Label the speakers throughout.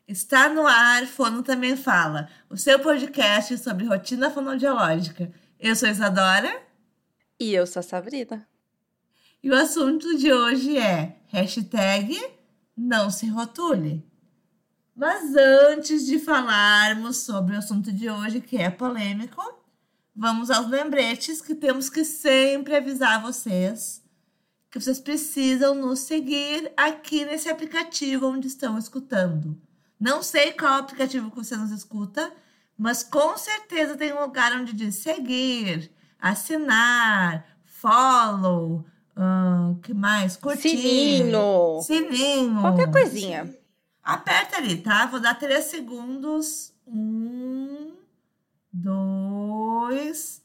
Speaker 1: Está no ar, Fono Também Fala, o seu podcast sobre rotina fonoaudiológica. Eu sou Isadora.
Speaker 2: E eu sou a Sabrina.
Speaker 1: E o assunto de hoje é hashtag não se rotule. Mas antes de falarmos sobre o assunto de hoje, que é polêmico, vamos aos lembretes que temos que sempre avisar vocês que vocês precisam nos seguir aqui nesse aplicativo onde estão escutando. Não sei qual aplicativo que você nos escuta, mas com certeza tem um lugar onde diz seguir, assinar, follow, que mais? Curtir. Sininho.
Speaker 2: Qualquer coisinha.
Speaker 1: Aperta ali, tá? Vou dar 3 segundos. 1, 2,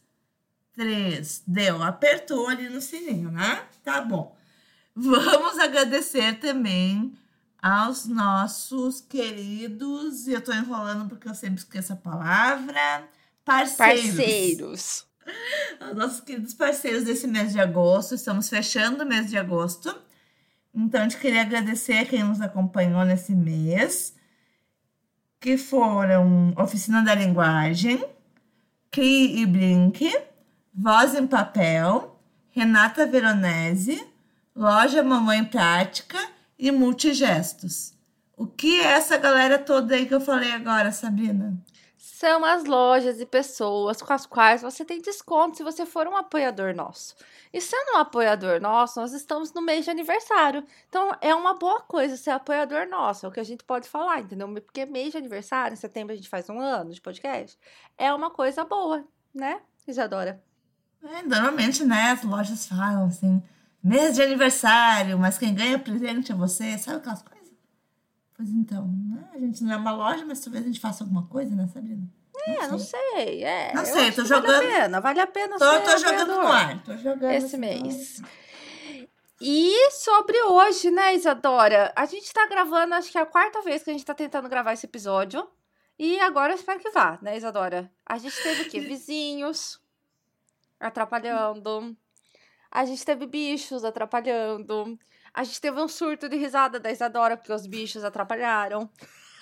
Speaker 1: 3. Deu. Apertou ali no sininho, né? Tá bom. Vamos agradecer também aos nossos queridos, e eu tô enrolando porque eu sempre esqueço a palavra, parceiros. Aos nossos queridos parceiros desse mês de agosto. Estamos fechando o mês de agosto. Então, a gente queria agradecer a quem nos acompanhou nesse mês, que foram Oficina da Linguagem, Crie e Brinque, Voz em Papel, Renata Veronese, Loja Mamãe Prática e Multigestos. O que é essa galera toda aí que eu falei agora, Sabrina?
Speaker 2: São as lojas e pessoas com as quais você tem desconto se você for um apoiador nosso. E sendo um apoiador nosso, nós estamos no mês de aniversário. Então, é uma boa coisa ser apoiador nosso. É o que a gente pode falar, entendeu? Porque mês de aniversário, em setembro a gente faz 1 ano de podcast. É uma coisa boa, né, Isadora?
Speaker 1: Normalmente, né, as lojas falam assim, mês de aniversário, mas quem ganha presente é você, sabe aquelas coisas? Pois então, né? A gente não é uma loja, mas talvez a gente faça alguma coisa, né, Sabrina?
Speaker 2: Não sei.
Speaker 1: Não sei, tô jogando.
Speaker 2: Vale a pena
Speaker 1: Tô jogando no ar. Tô jogando
Speaker 2: esse mês. E sobre hoje, né, Isadora? A gente tá gravando, acho que é a 4ª vez que a gente tá tentando gravar esse episódio. E agora eu espero que vá, né, Isadora? A gente teve o quê? Vizinhos atrapalhando. A gente teve bichos atrapalhando. A gente teve um surto de risada da Isadora porque os bichos atrapalharam.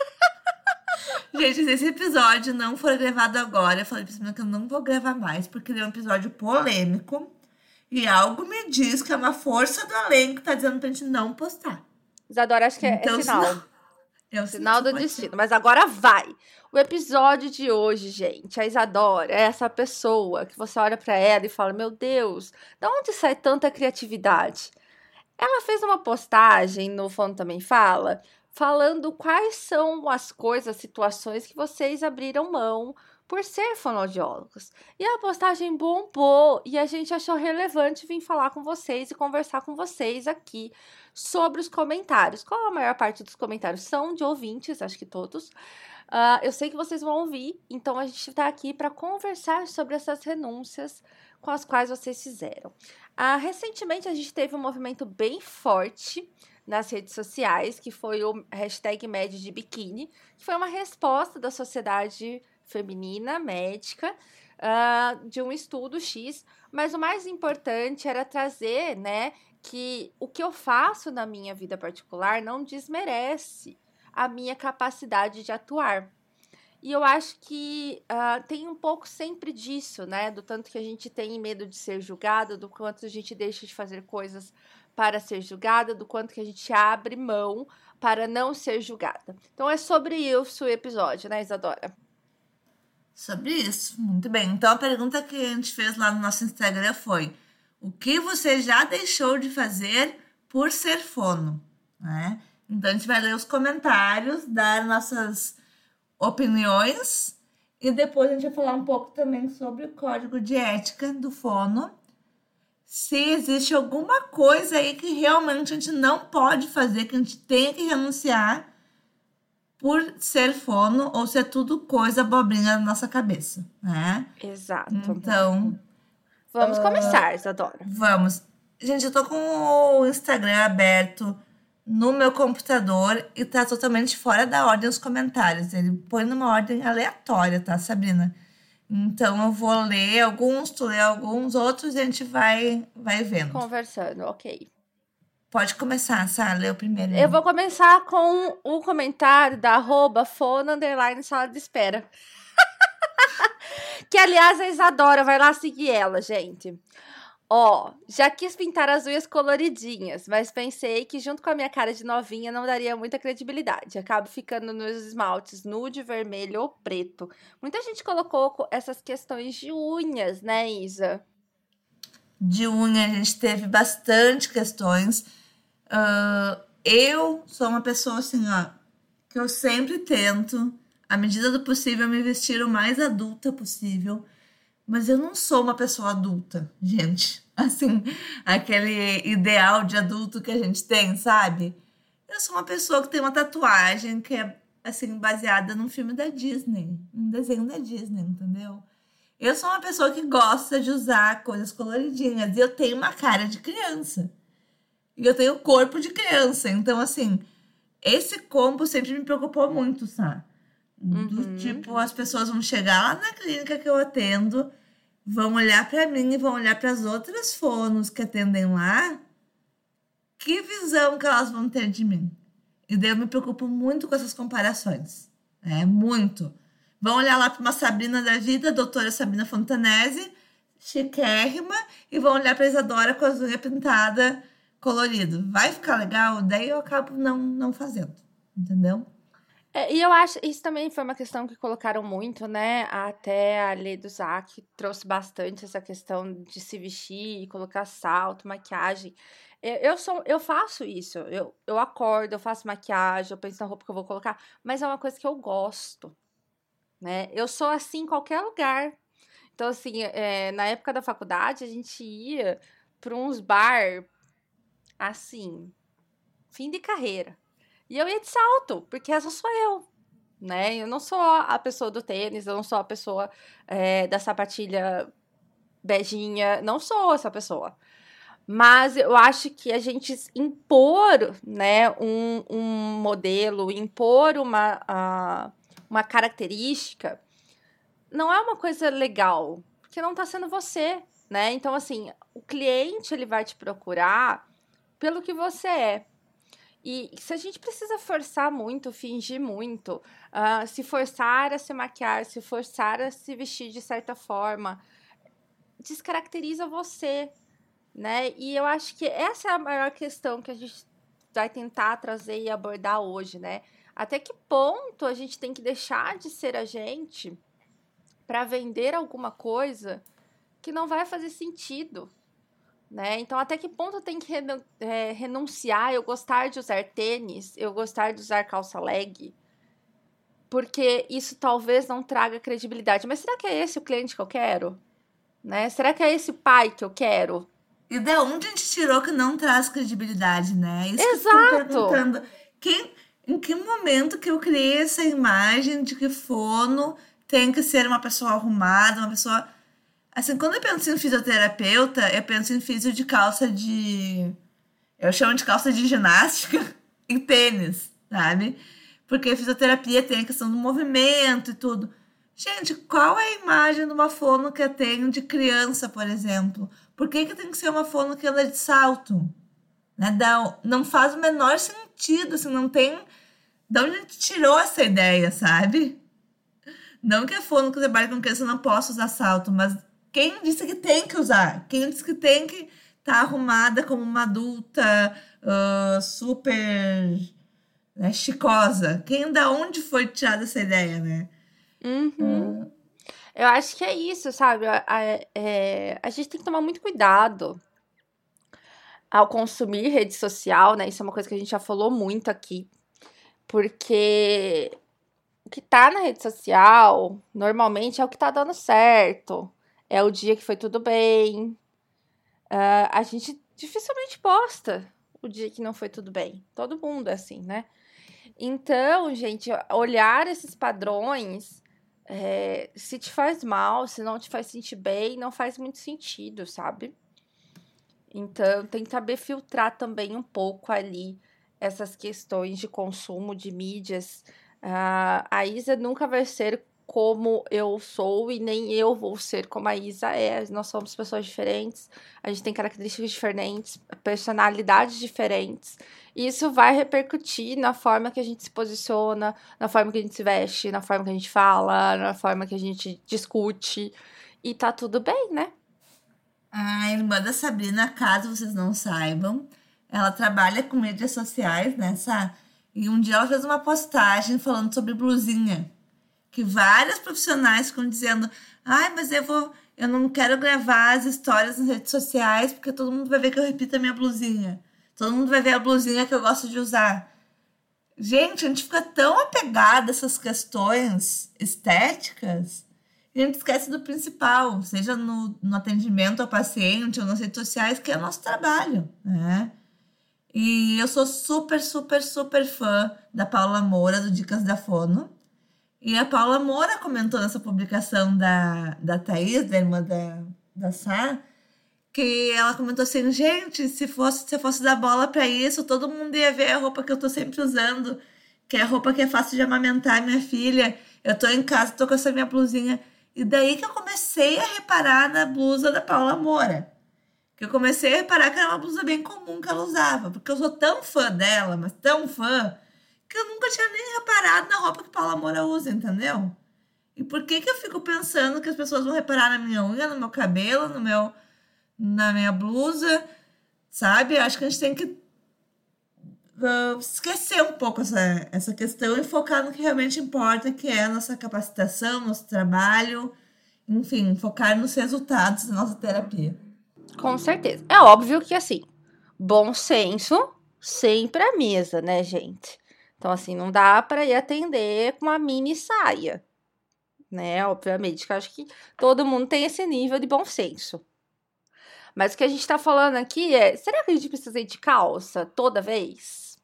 Speaker 1: Gente, se esse episódio não for gravado agora, eu falei pra você que eu não vou gravar mais, porque ele é um episódio polêmico. E algo me diz que é uma força do além que tá dizendo pra gente não postar.
Speaker 2: Isadora, acho que
Speaker 1: então,
Speaker 2: é sinal.
Speaker 1: É o
Speaker 2: sinal do destino. Mas agora vai. O episódio de hoje, gente, a Isadora é essa pessoa que você olha pra ela e fala, meu Deus, de onde sai tanta criatividade? Ela fez uma postagem no Fono Também Fala, falando quais são as coisas, situações que vocês abriram mão por ser fonoaudiólogos. E a postagem bombou e a gente achou relevante vir falar com vocês e conversar com vocês aqui sobre os comentários. Qual a maior parte dos comentários são de ouvintes, acho que todos. Eu sei que vocês vão ouvir, então a gente está aqui para conversar sobre essas renúncias com as quais vocês fizeram. Recentemente a gente teve um movimento bem forte nas redes sociais, que foi o hashtag Média de Biquíni, que foi uma resposta da sociedade feminina médica de um estudo X, mas o mais importante era trazer, né, que o que eu faço na minha vida particular não desmerece a minha capacidade de atuar. E eu acho que tem um pouco sempre disso, né? Do tanto que a gente tem medo de ser julgada, do quanto a gente deixa de fazer coisas para ser julgada, do quanto que a gente abre mão para não ser julgada. Então, é sobre isso o episódio, né, Isadora?
Speaker 1: Sobre isso, muito bem. Então, a pergunta que a gente fez lá no nosso Instagram foi: o que você já deixou de fazer por ser fono? Né? Então, a gente vai ler os comentários, dar nossas opiniões e depois a gente vai falar um pouco também sobre o código de ética do fono. Se existe alguma coisa aí que realmente a gente não pode fazer, que a gente tem que renunciar por ser fono ou se é tudo coisa bobrinha na nossa cabeça, né?
Speaker 2: Exato.
Speaker 1: Então,
Speaker 2: vamos começar, Isadora.
Speaker 1: Vamos. Gente, eu tô com o Instagram aberto no meu computador e tá totalmente fora da ordem os comentários. Ele põe numa ordem aleatória, tá, Sabrina? Então, eu vou ler alguns, tu lê alguns, outros e a gente vai vendo.
Speaker 2: Conversando, ok.
Speaker 1: Pode começar, Sara, lê o primeiro.
Speaker 2: Eu vou começar com o comentário da @fona_sala de espera. Que, aliás, a Isadora, vai lá seguir ela, gente. Ó, já quis pintar as unhas coloridinhas, mas pensei que junto com a minha cara de novinha não daria muita credibilidade. Acabo ficando nos esmaltes nude, vermelho ou preto. Muita gente colocou essas questões de unhas, né, Isa?
Speaker 1: De unha, a gente teve bastante questões. Eu sou uma pessoa assim, ó, que eu sempre tento, à medida do possível, me vestir o mais adulta possível. Mas eu não sou uma pessoa adulta, gente. Assim, aquele ideal de adulto que a gente tem, sabe? Eu sou uma pessoa que tem uma tatuagem que é, assim, baseada num filme da Disney, um desenho da Disney, entendeu? Eu sou uma pessoa que gosta de usar coisas coloridinhas e eu tenho uma cara de criança. E eu tenho corpo de criança. Então, assim, esse combo sempre me preocupou muito, sabe? Do tipo, as pessoas vão chegar lá na clínica que eu atendo, vão olhar pra mim e vão olhar para as outras fonos que atendem lá. Que visão que elas vão ter de mim? E daí eu me preocupo muito com essas comparações. Muito. Vão olhar lá para uma Sabrina da vida, a doutora Sabrina Fontanese, chiquérrima, e vão olhar para Isadora com as unhas pintadas, colorido. Vai ficar legal? Daí eu acabo não fazendo, entendeu?
Speaker 2: E eu acho, isso também foi uma questão que colocaram muito, né? Até a Lei do Zac trouxe bastante essa questão de se vestir, colocar salto, maquiagem. Eu faço isso, eu acordo, eu faço maquiagem, eu penso na roupa que eu vou colocar, mas é uma coisa que eu gosto, né? Eu sou assim em qualquer lugar. Então, assim, na época da faculdade, a gente ia para uns bar, assim, fim de carreira. E eu ia de salto, porque essa sou eu, né? Eu não sou a pessoa do tênis, eu não sou a pessoa da sapatilha beijinha, não sou essa pessoa. Mas eu acho que a gente impor, né, um modelo, impor uma característica, não é uma coisa legal, porque não tá sendo você, né? Então, assim, o cliente, ele vai te procurar pelo que você é. E se a gente precisa forçar muito, fingir muito, se forçar a se maquiar, se forçar a se vestir de certa forma, descaracteriza você, né? E eu acho que essa é a maior questão que a gente vai tentar trazer e abordar hoje, né? Até que ponto a gente tem que deixar de ser a gente para vender alguma coisa que não vai fazer sentido, né? Então, até que ponto tem que renunciar, eu gostar de usar tênis, eu gostar de usar calça leg, porque isso talvez não traga credibilidade. Mas será que é esse o cliente que eu quero? Né? Será que é esse pai que eu quero?
Speaker 1: E de onde a gente tirou que não traz credibilidade, né? Isso que eu fico me
Speaker 2: Exato!
Speaker 1: perguntando. Em que momento que eu criei essa imagem de que fono tem que ser uma pessoa arrumada, uma pessoa... Assim, quando eu penso em fisioterapeuta, eu penso em físio de calça de... Eu chamo de calça de ginástica e tênis, sabe? Porque a fisioterapia tem a questão do movimento e tudo. Gente, qual é a imagem de uma fono que eu tenho de criança, por exemplo? Por que tem que ser uma fono que anda de salto? Né? Não faz o menor sentido, assim, não tem... De onde a gente tirou essa ideia, sabe? Não que a fono que trabalha com criança não possa usar salto, mas quem disse que tem que usar? Quem disse que tem que estar arrumada como uma adulta super, né, chicosa? Da onde foi tirada essa ideia, né?
Speaker 2: Eu acho que é isso, sabe? A gente tem que tomar muito cuidado ao consumir rede social, né? Isso é uma coisa que a gente já falou muito aqui. Porque o que tá na rede social, normalmente, é o que tá dando certo. É o dia que foi tudo bem. A gente dificilmente posta o dia que não foi tudo bem. Todo mundo é assim, né? Então, gente, olhar esses padrões, se te faz mal, se não te faz sentir bem, não faz muito sentido, sabe? Então, tem que saber filtrar também um pouco ali essas questões de consumo de mídias. A Isa nunca vai ser como eu sou e nem eu vou ser como a Isa é. Nós somos pessoas diferentes, a gente tem características diferentes, personalidades diferentes. E isso vai repercutir na forma que a gente se posiciona, na forma que a gente se veste, na forma que a gente fala, na forma que a gente discute. E tá tudo bem, né?
Speaker 1: A irmã da Sabrina, caso vocês não saibam, ela trabalha com mídias sociais, né? E um dia ela fez uma postagem falando sobre blusinha. Que várias profissionais ficam dizendo: ai, mas eu não quero gravar as histórias nas redes sociais porque todo mundo vai ver que eu repito a minha blusinha. Todo mundo vai ver a blusinha que eu gosto de usar. Gente, a gente fica tão apegada a essas questões estéticas e a gente esquece do principal, seja no atendimento ao paciente ou nas redes sociais, que é o nosso trabalho, né? E eu sou super, super, super fã da Paula Moura, do Dicas da Fono. E a Paula Moura comentou nessa publicação da Thaís, da irmã da Sá, que ela comentou assim: gente, se eu fosse dar bola para isso, todo mundo ia ver a roupa que eu tô sempre usando, que é a roupa que é fácil de amamentar minha filha. Eu tô em casa, tô com essa minha blusinha. E daí que eu comecei a reparar na blusa da Paula Moura. Que eu comecei a reparar que era uma blusa bem comum que ela usava. Porque eu sou tão fã dela, mas tão fã, que eu nunca tinha nem reparado na roupa que Paula Moura usa, entendeu? E por que eu fico pensando que as pessoas vão reparar na minha unha, no meu cabelo, na minha blusa, sabe? Acho que a gente tem que esquecer um pouco essa questão e focar no que realmente importa, que é a nossa capacitação, nosso trabalho, enfim, focar nos resultados da nossa terapia.
Speaker 2: Com certeza. É óbvio que, assim, bom senso sempre à mesa, né, gente? Então, assim, não dá para ir atender com uma mini saia, né? Obviamente que eu acho que todo mundo tem esse nível de bom senso. Mas o que a gente tá falando aqui é, será que a gente precisa ir de calça toda vez?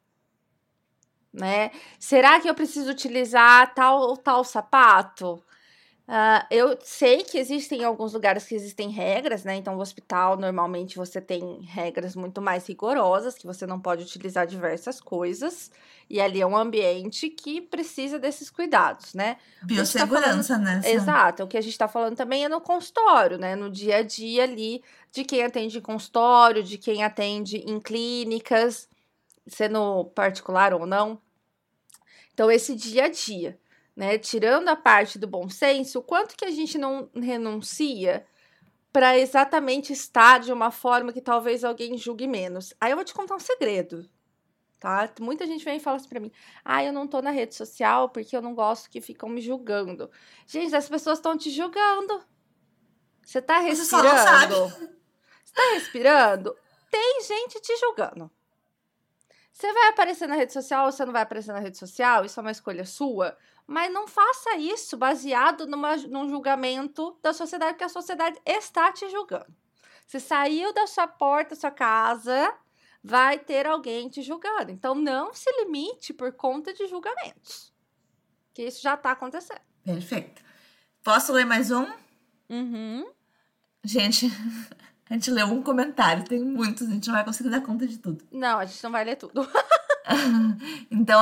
Speaker 2: Né? Será que eu preciso utilizar tal sapato? Eu sei que existem alguns lugares que existem regras, né? Então, o hospital, normalmente, você tem regras muito mais rigorosas, que você não pode utilizar diversas coisas. E ali é um ambiente que precisa desses cuidados, né?
Speaker 1: Biossegurança, né?
Speaker 2: Exato. O que a gente tá falando também é no consultório, né? No dia a dia ali, de quem atende em consultório, de quem atende em clínicas, sendo particular ou não. Então, esse dia a dia. Né, tirando a parte do bom senso, o quanto que a gente não renuncia para exatamente estar de uma forma que talvez alguém julgue menos. Aí eu vou te contar um segredo, tá? Muita gente vem e fala assim para mim: eu não tô na rede social porque eu não gosto que ficam me julgando. Gente, as pessoas estão te julgando. Você tá respirando?
Speaker 1: Você só não sabe.
Speaker 2: Você tá respirando? Tem gente te julgando. Você vai aparecer na rede social ou você não vai aparecer na rede social? Isso é uma escolha sua. Mas não faça isso baseado num julgamento da sociedade, porque a sociedade está te julgando. Você saiu da sua porta, da sua casa, vai ter alguém te julgando. Então, não se limite por conta de julgamentos. Que isso já está acontecendo.
Speaker 1: Perfeito. Posso ler mais um?
Speaker 2: Uhum.
Speaker 1: Gente, a gente leu um comentário, tem muitos, a gente não vai conseguir dar conta de tudo.
Speaker 2: Não, a gente não vai ler tudo.
Speaker 1: Então,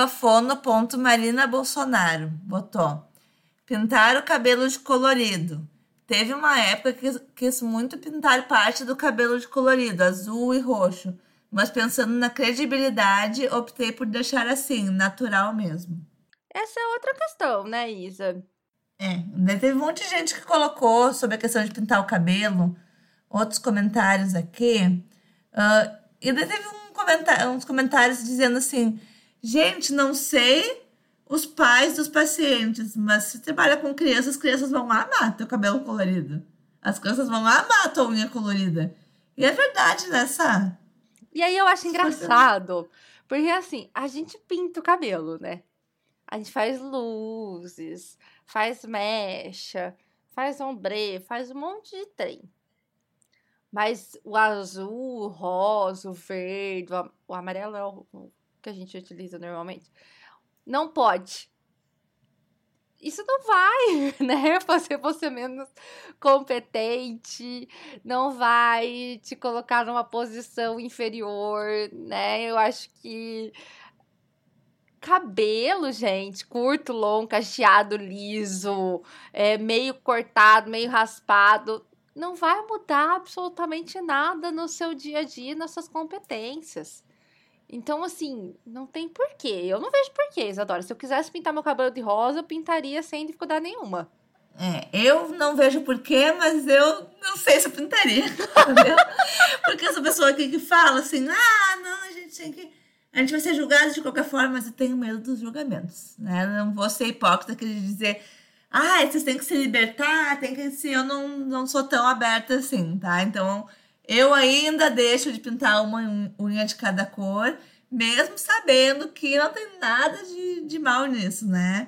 Speaker 1: @fono.marinabolsonaro botou: pintar o cabelo de colorido. Teve uma época que quis muito pintar parte do cabelo de colorido, azul e roxo. Mas pensando na credibilidade, optei por deixar assim, natural mesmo.
Speaker 2: Essa é outra questão, né, Isa?
Speaker 1: Daí teve um monte de gente que colocou sobre a questão de pintar o cabelo, outros comentários aqui. E daí teve uns comentários dizendo assim: gente, não sei os pais dos pacientes, mas se trabalha com crianças, as crianças vão amar teu cabelo colorido. As crianças vão amar tua unha colorida. E é verdade, né, Sá?
Speaker 2: E aí eu acho engraçado, porque assim, a gente pinta o cabelo, né? A gente faz luzes, faz mecha, faz ombre, faz um monte de trem. Mas o azul, o rosa, o verde, o amarelo é o que a gente utiliza normalmente. Não pode. Isso não vai, né, fazer você menos competente, não vai te colocar numa posição inferior, né? Eu acho que Cabelo, gente, curto, longo, cacheado, liso, meio cortado, meio raspado, não vai mudar absolutamente nada no seu dia a dia, nas suas competências. Então, assim, não tem porquê. Eu não vejo porquê, Isadora. Se eu quisesse pintar meu cabelo de rosa, eu pintaria sem dificuldade nenhuma.
Speaker 1: Eu não vejo porquê, mas eu não sei se eu pintaria, entendeu? Porque essa pessoa aqui que fala assim, não, a gente vai ser julgado de qualquer forma, mas eu tenho medo dos julgamentos, né? Eu não vou ser hipócrita de dizer, vocês têm que se libertar, eu não sou tão aberta assim, tá? Então, eu ainda deixo de pintar uma unha de cada cor, mesmo sabendo que não tem nada de mal nisso, né?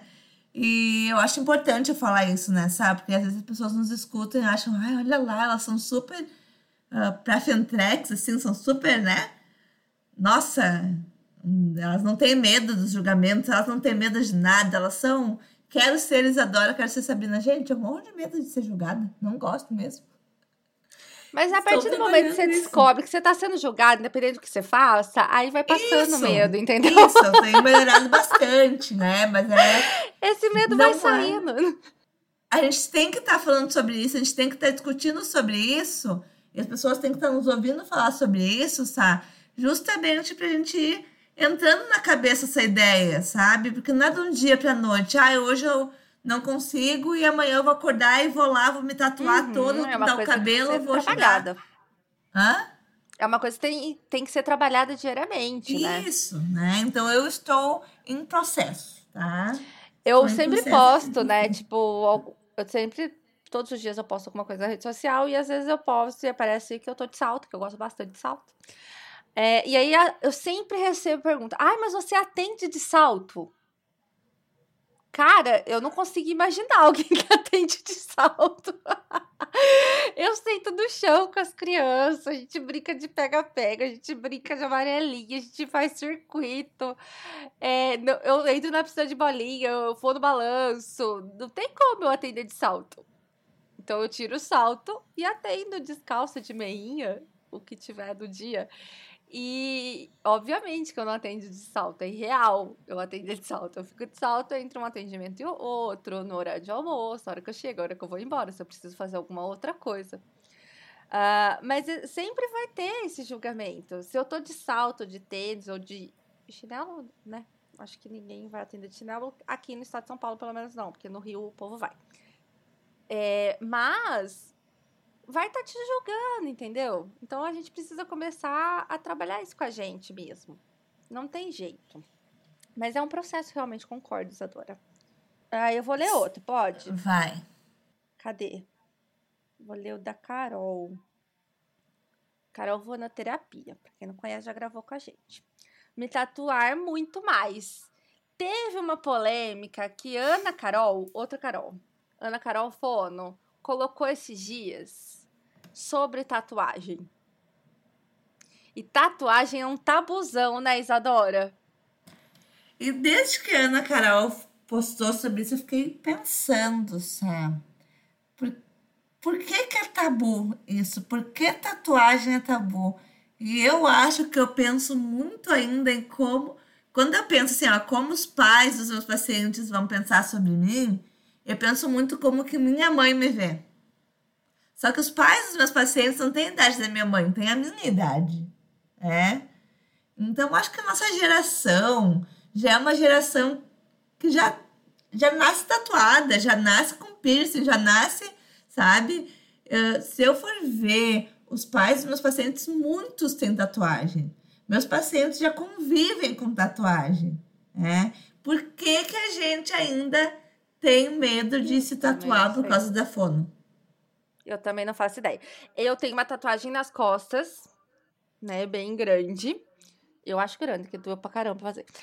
Speaker 1: E eu acho importante eu falar isso, né, sabe? Porque às vezes as pessoas nos escutam e acham, olha lá, elas são super pra Fentrex, assim, são super, né? Nossa, elas não têm medo dos julgamentos, elas não têm medo de nada, elas são... Quero ser Isadora, quero ser Sabrina. Gente, eu morro de medo de ser julgada, não gosto mesmo.
Speaker 2: Mas a partir do momento que você descobre que você tá sendo julgado, independente do que você faça, aí vai passando o medo, entendeu?
Speaker 1: Isso, eu tenho melhorado bastante, né? Mas
Speaker 2: esse medo vai saindo.
Speaker 1: A gente tem que estar falando sobre isso, a gente tem que estar discutindo sobre isso, e as pessoas têm que estar nos ouvindo falar sobre isso, sabe? Justamente pra gente ir entrando na cabeça essa ideia, sabe? Porque não é de um dia pra noite. Hoje eu não consigo e amanhã eu vou acordar e vou lá, vou me tatuar toda, pintar o cabelo, vou
Speaker 2: trabalhada.
Speaker 1: Hã?
Speaker 2: É uma coisa que tem que ser trabalhada diariamente, né?
Speaker 1: Isso, né? Então eu estou em processo, tá?
Speaker 2: Eu sempre posto, né? Tipo, eu sempre... Todos os dias eu posto alguma coisa na rede social e às vezes eu posto e aparece que eu tô de salto, que eu gosto bastante de salto. E aí eu sempre recebo pergunta, mas você atende de salto? Cara, eu não consigo imaginar alguém que atende de salto. Eu sento no chão com as crianças, a gente brinca de pega-pega, a gente brinca de amarelinha, a gente faz circuito. Eu entro na piscina de bolinha, eu vou no balanço. Não tem como eu atender de salto. Então eu tiro o salto e atendo descalça, de meinha, o que tiver do dia. E, obviamente, que eu não atendo de salto, é irreal eu atender de salto. Eu fico de salto entre um atendimento e outro, no horário de almoço, a hora que eu chego, a hora que eu vou embora, se eu preciso fazer alguma outra coisa. Mas sempre vai ter esse julgamento. Se eu tô de salto, de tênis ou de chinelo, né? Acho que ninguém vai atender de chinelo. Aqui no estado de São Paulo, pelo menos não, porque no Rio o povo vai. Mas... vai estar te julgando, entendeu? Então, a gente precisa começar a trabalhar isso com a gente mesmo. Não tem jeito. Mas é um processo, realmente, concordo, Isadora. Eu vou ler outro, pode?
Speaker 1: Vai.
Speaker 2: Cadê? Vou ler o da Carol. Carol Vonoterapia. Pra quem não conhece, já gravou com a gente. Me tatuar muito mais. Teve uma polêmica que Ana Carol Fono, colocou esses dias sobre tatuagem. E tatuagem é um tabuzão, né, Isadora?
Speaker 1: E desde que a Ana Carol postou sobre isso, eu fiquei pensando, sabe? Por que é tabu isso? Por que tatuagem é tabu? E eu acho que eu penso muito ainda em como... Quando eu penso assim, como os pais dos meus pacientes vão pensar sobre mim, eu penso muito como que minha mãe me vê. Só que os pais dos meus pacientes não têm a idade da minha mãe, têm a minha idade. Então, acho que a nossa geração já é uma geração que já nasce tatuada, já nasce com piercing, já nasce, sabe? Se eu for ver os pais dos meus pacientes, muitos têm tatuagem. Meus pacientes já convivem com tatuagem. Por que a gente ainda tem medo de se tatuar por causa da fono?
Speaker 2: Eu também não faço ideia. Eu tenho uma tatuagem nas costas, né, bem grande. Eu acho grande, que doeu pra caramba pra fazer.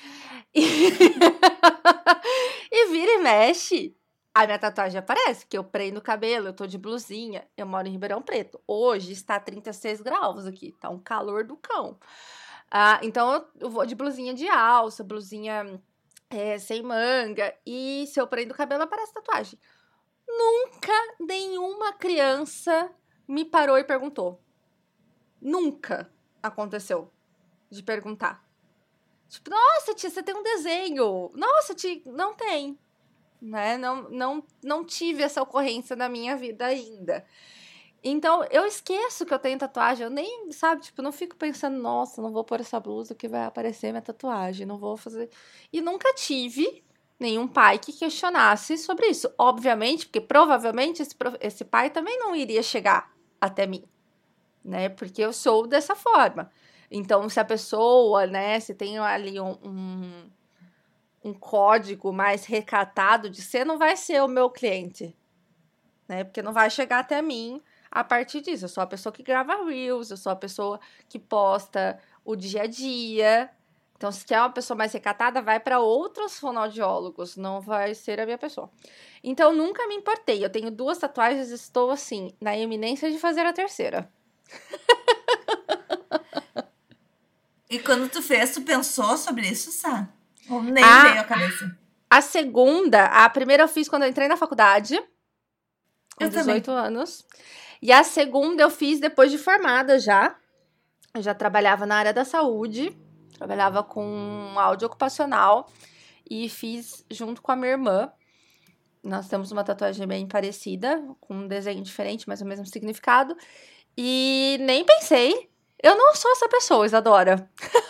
Speaker 2: E vira e mexe, a minha tatuagem aparece, que eu prendo o cabelo, eu tô de blusinha, eu moro em Ribeirão Preto. Hoje está 36 graus aqui, tá um calor do cão. Então eu vou de blusinha de alça, blusinha sem manga, e se eu prendo o cabelo, aparece tatuagem. Nunca nenhuma criança me parou e perguntou. Nunca aconteceu de perguntar. Tipo, nossa, tia, você tem um desenho. Nossa, tia, não tem. Né? Não tive essa ocorrência na minha vida ainda. Então, eu esqueço que eu tenho tatuagem. Eu nem, sabe, tipo, não fico pensando, nossa, não vou pôr essa blusa que vai aparecer minha tatuagem. Não vou fazer... E nunca tive nenhum pai que questionasse sobre isso. Obviamente, porque provavelmente esse pai também não iria chegar até mim, né? Porque eu sou dessa forma. Então, se a pessoa, né, se tem ali um código mais recatado de ser, não vai ser o meu cliente, né? Porque não vai chegar até mim a partir disso. Eu sou a pessoa que grava Reels, eu sou a pessoa que posta o dia a dia. Então, se quer uma pessoa mais recatada, vai para outros fonoaudiólogos, não vai ser a minha pessoa. Então, nunca me importei. Eu tenho 2 tatuagens, estou, assim, na iminência de fazer a terceira.
Speaker 1: E quando tu fez, tu pensou sobre isso, Sá? Ou nem veio a cabeça?
Speaker 2: A primeira eu fiz quando eu entrei na faculdade, com 18 anos. E a segunda eu fiz depois de formada já. Eu já trabalhava na área da saúde, trabalhava com áudio ocupacional e fiz junto com a minha irmã. Nós temos uma tatuagem bem parecida, com um desenho diferente, mas o mesmo significado. E nem pensei. Eu não sou essa pessoa, Isadora.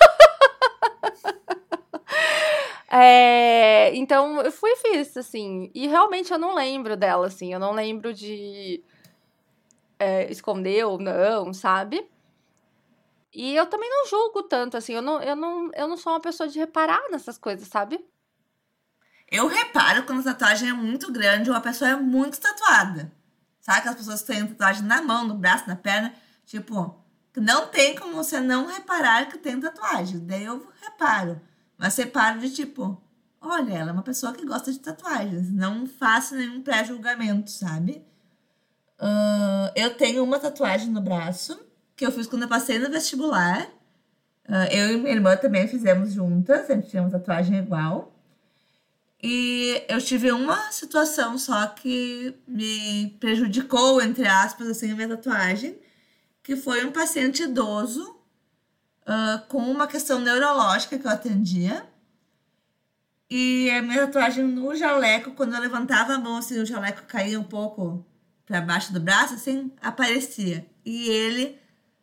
Speaker 2: Então, eu fui e fiz, assim. E realmente eu não lembro dela, assim. Eu não lembro de esconder ou não, sabe? E eu também não julgo tanto, assim. Eu não sou uma pessoa de reparar nessas coisas, sabe?
Speaker 1: Eu reparo quando a tatuagem é muito grande ou a pessoa é muito tatuada. Sabe aquelas pessoas que têm tatuagem na mão, no braço, na perna? Tipo, não tem como você não reparar que tem tatuagem. Daí eu reparo. Mas reparo de tipo, olha, ela é uma pessoa que gosta de tatuagens. Não faço nenhum pré-julgamento, sabe? Eu tenho uma tatuagem no braço que eu fiz quando eu passei no vestibular. Eu e minha irmã também fizemos juntas. A gente tinha uma tatuagem igual. E eu tive uma situação só que me prejudicou, entre aspas, assim, a minha tatuagem, que foi um paciente idoso com uma questão neurológica que eu atendia. E a minha tatuagem no jaleco, quando eu levantava a mão, assim, o jaleco caía um pouco para baixo do braço, assim, aparecia. E ele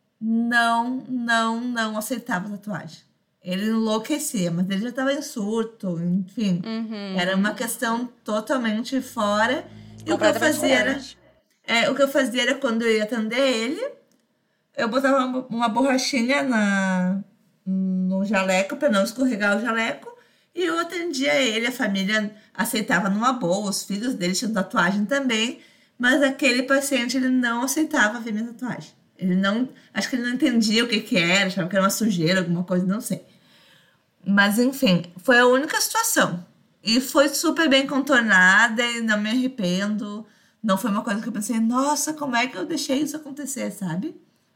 Speaker 1: não aceitava a tatuagem. Ele enlouquecia, mas ele já estava em surto, enfim. Era uma questão totalmente fora. E o que eu fazia era quando eu ia atender ele, eu botava uma borrachinha no jaleco para não escorregar o jaleco e eu atendia ele. A família aceitava numa boa, os filhos dele tinham tatuagem também, mas aquele paciente ele não aceitava ver minha tatuagem. Acho que ele não entendia o que era, achava que era uma sujeira, alguma coisa, não sei. Mas, enfim, foi a única situação. E foi super bem contornada e não me arrependo. Não foi uma coisa que eu pensei, nossa, como é que eu deixei isso acontecer, sabe?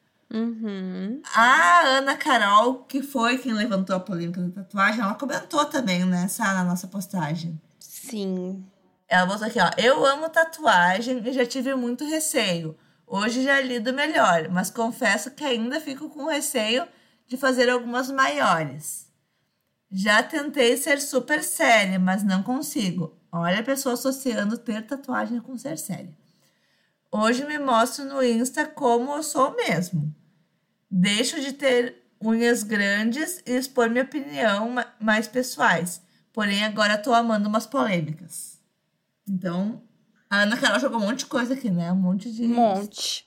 Speaker 1: A Ana Carol, que foi quem levantou a polêmica da tatuagem, ela comentou também na nossa postagem.
Speaker 2: Sim.
Speaker 1: Ela botou aqui, ó, eu amo tatuagem e já tive muito receio. Hoje já lido melhor, mas confesso que ainda fico com receio de fazer algumas maiores. Já tentei ser super séria, mas não consigo. Olha a pessoa associando ter tatuagem com ser séria. Hoje me mostro no Insta como eu sou mesmo. Deixo de ter unhas grandes e expor minha opinião mais pessoais. Porém, agora tô amando umas polêmicas. Então, a Ana Carol jogou um monte de coisa aqui, né? Um monte.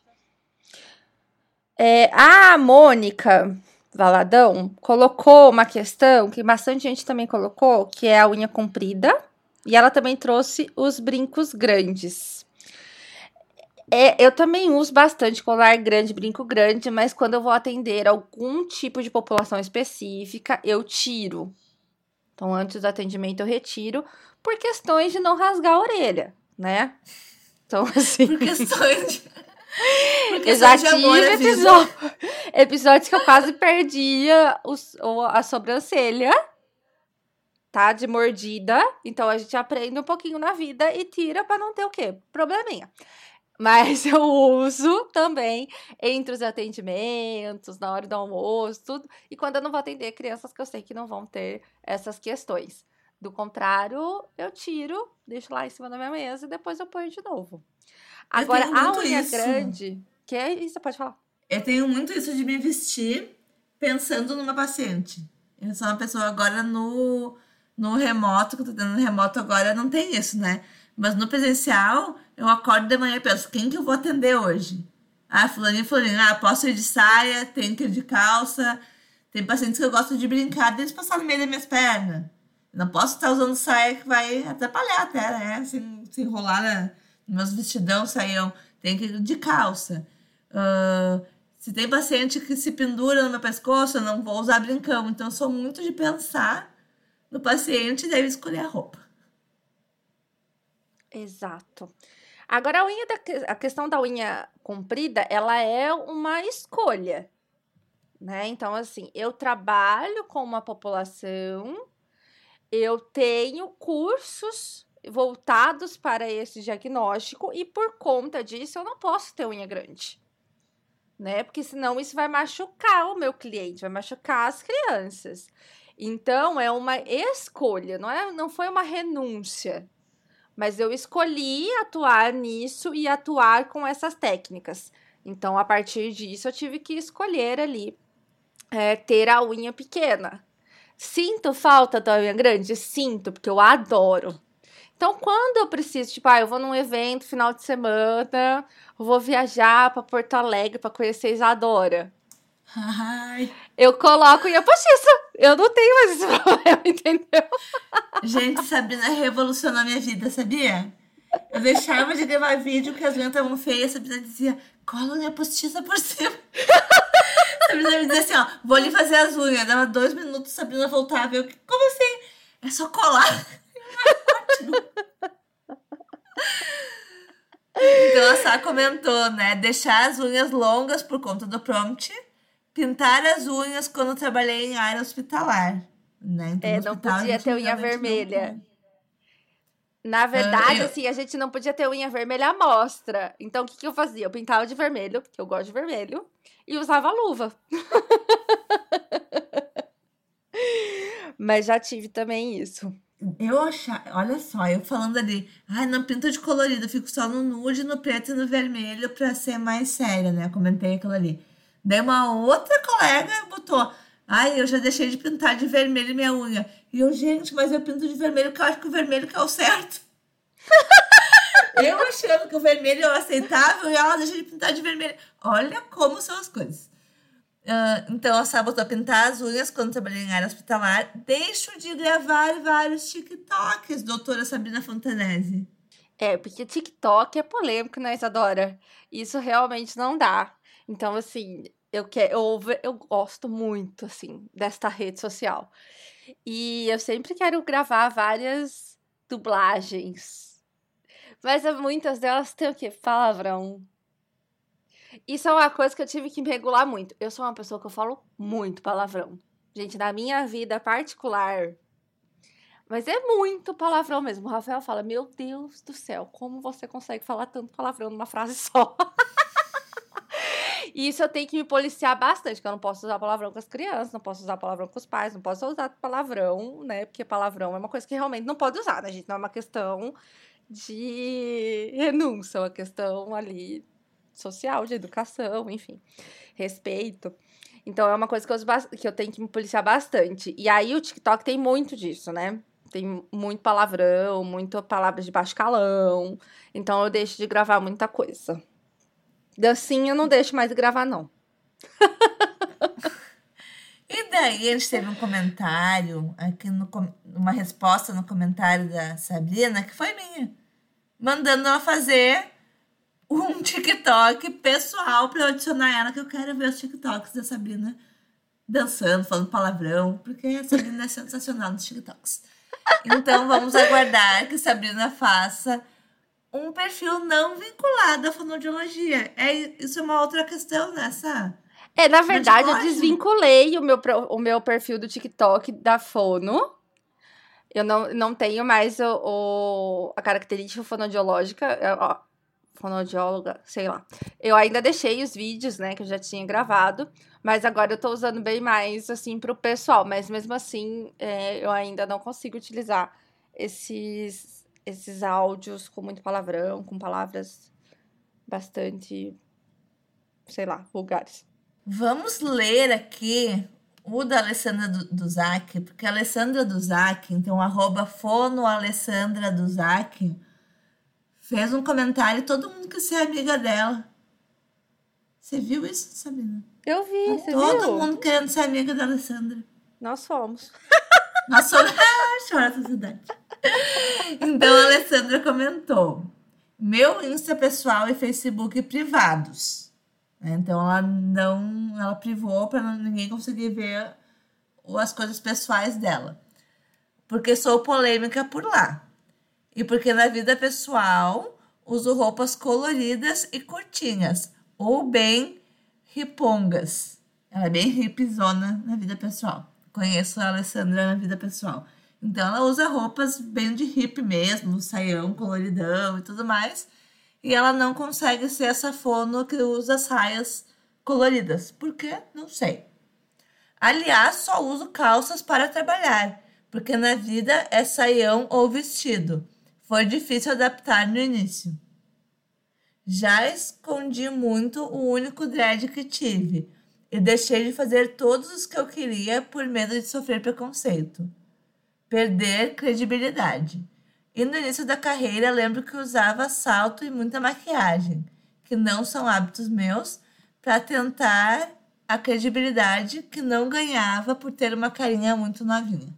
Speaker 2: A Mônica Valadão colocou uma questão que bastante gente também colocou, que é a unha comprida. E ela também trouxe os brincos grandes. Eu também uso bastante colar grande, brinco grande, mas quando eu vou atender algum tipo de população específica, eu tiro. Então, antes do atendimento, eu retiro, por questões de não rasgar a orelha, né? Então, assim...
Speaker 1: Por questões de...
Speaker 2: Eu já tive episódios que eu quase perdia a sobrancelha, tá? De mordida. Então, a gente aprende um pouquinho na vida e tira pra não ter o quê? Probleminha. Mas eu uso também entre os atendimentos, na hora do almoço, tudo. E quando eu não vou atender crianças que eu sei que não vão ter essas questões. Do contrário, eu tiro, deixo lá em cima da minha mesa e depois eu ponho de novo.
Speaker 1: Eu
Speaker 2: Agora,
Speaker 1: tenho
Speaker 2: a
Speaker 1: muito
Speaker 2: unha
Speaker 1: isso.
Speaker 2: grande, que é isso, pode falar.
Speaker 1: Eu tenho muito isso de me vestir pensando numa paciente. Eu sou uma pessoa agora no remoto, que eu tô tendo no remoto agora, não tem isso, né? Mas no presencial, eu acordo de manhã e penso, quem que eu vou atender hoje? Ah, fulaninho, fulaninho. Ah, posso ir de saia, tenho que ir de calça. Tem pacientes que eu gosto de brincar deles passar no meio das minhas pernas. Eu não posso estar usando saia que vai atrapalhar até, né? Se enrolar nos meus vestidão, saiam. Tem que ir de calça. Ah, se tem paciente que se pendura no meu pescoço, eu não vou usar brincão. Então, eu sou muito de pensar no paciente e deve escolher a roupa.
Speaker 2: Exato. Agora, a questão da unha comprida, ela é uma escolha, né? Então, assim, eu trabalho com uma população, eu tenho cursos voltados para esse diagnóstico e por conta disso eu não posso ter unha grande, né? Porque senão isso vai machucar o meu cliente, vai machucar as crianças. Então, é uma escolha, não foi uma renúncia. Mas eu escolhi atuar nisso e atuar com essas técnicas. Então, a partir disso, eu tive que escolher ali ter a unha pequena. Sinto falta da unha grande? Sinto, porque eu adoro. Então, quando eu preciso, tipo, eu vou num evento final de semana, vou viajar para Porto Alegre para conhecer Isadora.
Speaker 1: Ai.
Speaker 2: Eu coloco unha postiça. Eu não tenho mais esse problema, entendeu?
Speaker 1: Gente, Sabrina revolucionou a minha vida, sabia? Eu deixava de gravar vídeo porque as unhas estavam feias. Sabrina dizia, cola a unha postiça por cima. Sabrina me dizia assim, ó, vou ali fazer as unhas. Dava 2 minutos, Sabrina voltava. Eu, como assim? É só colar. Então a Sá comentou, né? Deixar as unhas longas por conta do prompt. Pintar as unhas quando trabalhei em área hospitalar. Né? Então, no
Speaker 2: Não
Speaker 1: hospital,
Speaker 2: podia ter unha
Speaker 1: realmente
Speaker 2: vermelha. Na verdade, assim, a gente não podia ter unha vermelha à mostra. Então, o que eu fazia? Eu pintava de vermelho, porque eu gosto de vermelho, e usava luva. Mas já tive também isso.
Speaker 1: Eu achava, olha só, eu falando ali, não pinto de colorido, eu fico só no nude, no preto e no vermelho pra ser mais séria, né? Eu comentei aquilo ali. Daí uma outra colega botou, eu já deixei de pintar de vermelho minha unha. E eu, gente, mas eu pinto de vermelho porque eu acho que o vermelho que é o certo. Eu achando que o vermelho é o aceitável e ela deixa de pintar de vermelho. Olha como são as coisas. Então, a Sá botou a pintar as unhas quando trabalhei em área hospitalar. Deixo de gravar vários TikToks, doutora Sabrina Fontanese.
Speaker 2: Porque TikTok é polêmico, né, Isadora? Isso realmente não dá. Então, assim, eu gosto muito, assim, desta rede social. E eu sempre quero gravar várias dublagens. Mas muitas delas têm o quê? Palavrão. Isso é uma coisa que eu tive que me regular muito. Eu sou uma pessoa que eu falo muito palavrão. Gente, na minha vida particular. Mas é muito palavrão mesmo. O Rafael fala, meu Deus do céu, como você consegue falar tanto palavrão numa frase só? E isso eu tenho que me policiar bastante, que eu não posso usar palavrão com as crianças, não posso usar palavrão com os pais, não posso usar palavrão, né? Porque palavrão é uma coisa que realmente não pode usar, né, gente? Não é uma questão de renúncia, é uma questão ali social, de educação, enfim, respeito. Então, é uma coisa que eu tenho que me policiar bastante. E aí, o TikTok tem muito disso, né? Tem muito palavrão, muita palavras de baixo calão. Então, eu deixo de gravar muita coisa. Assim, eu não deixo mais de gravar, não.
Speaker 1: E daí, a gente teve um comentário, aqui uma resposta no comentário da Sabrina, que foi minha. Mandando ela fazer um TikTok pessoal pra eu adicionar ela, que eu quero ver os TikToks da Sabrina dançando, falando palavrão, porque a Sabrina é sensacional nos TikToks. Então, vamos aguardar que Sabrina faça um perfil não vinculado à fonoaudiologia. Isso é uma outra questão, né, Sá?
Speaker 2: Na verdade, eu desvinculei o meu perfil do TikTok da fono. Eu não tenho mais a característica fonoaudiológica. fonoaudióloga, sei lá. Eu ainda deixei os vídeos, né, que eu já tinha gravado, mas agora eu tô usando bem mais, assim, pro pessoal. Mas mesmo assim, eu ainda não consigo utilizar esses áudios com muito palavrão, com palavras bastante, sei lá, vulgares.
Speaker 1: Vamos ler aqui o da Alessandra Duzac, porque a Alessandra Duzac, então, @fonoalessandra Duzac, fez um comentário e todo mundo quer ser amiga dela. Você viu isso, Sabrina?
Speaker 2: Eu vi, você
Speaker 1: Todo
Speaker 2: viu?
Speaker 1: mundo querendo ser amiga da Alessandra.
Speaker 2: Nós fomos.
Speaker 1: Nossa, chora a sociedade. Então a Alessandra comentou: meu Insta pessoal e Facebook privados. Então ela privou para ninguém conseguir ver as coisas pessoais dela. Porque sou polêmica por lá. E porque na vida pessoal uso roupas coloridas e curtinhas. Ou bem ripongas. Ela é bem hipzona na vida pessoal. Conheço a Alessandra na vida pessoal. Então ela usa roupas bem de hippie mesmo, saião, coloridão e tudo mais. E ela não consegue ser essa fono que usa saias coloridas. Por quê? Não sei. Aliás, só uso calças para trabalhar, porque na vida é saião ou vestido. Foi difícil adaptar no início. Já escondi muito o único dread que tive e deixei de fazer todos os que eu queria por medo de sofrer preconceito. Perder credibilidade. E no início da carreira lembro que usava salto e muita maquiagem, que não são hábitos meus, para tentar a credibilidade que não ganhava por ter uma carinha muito novinha.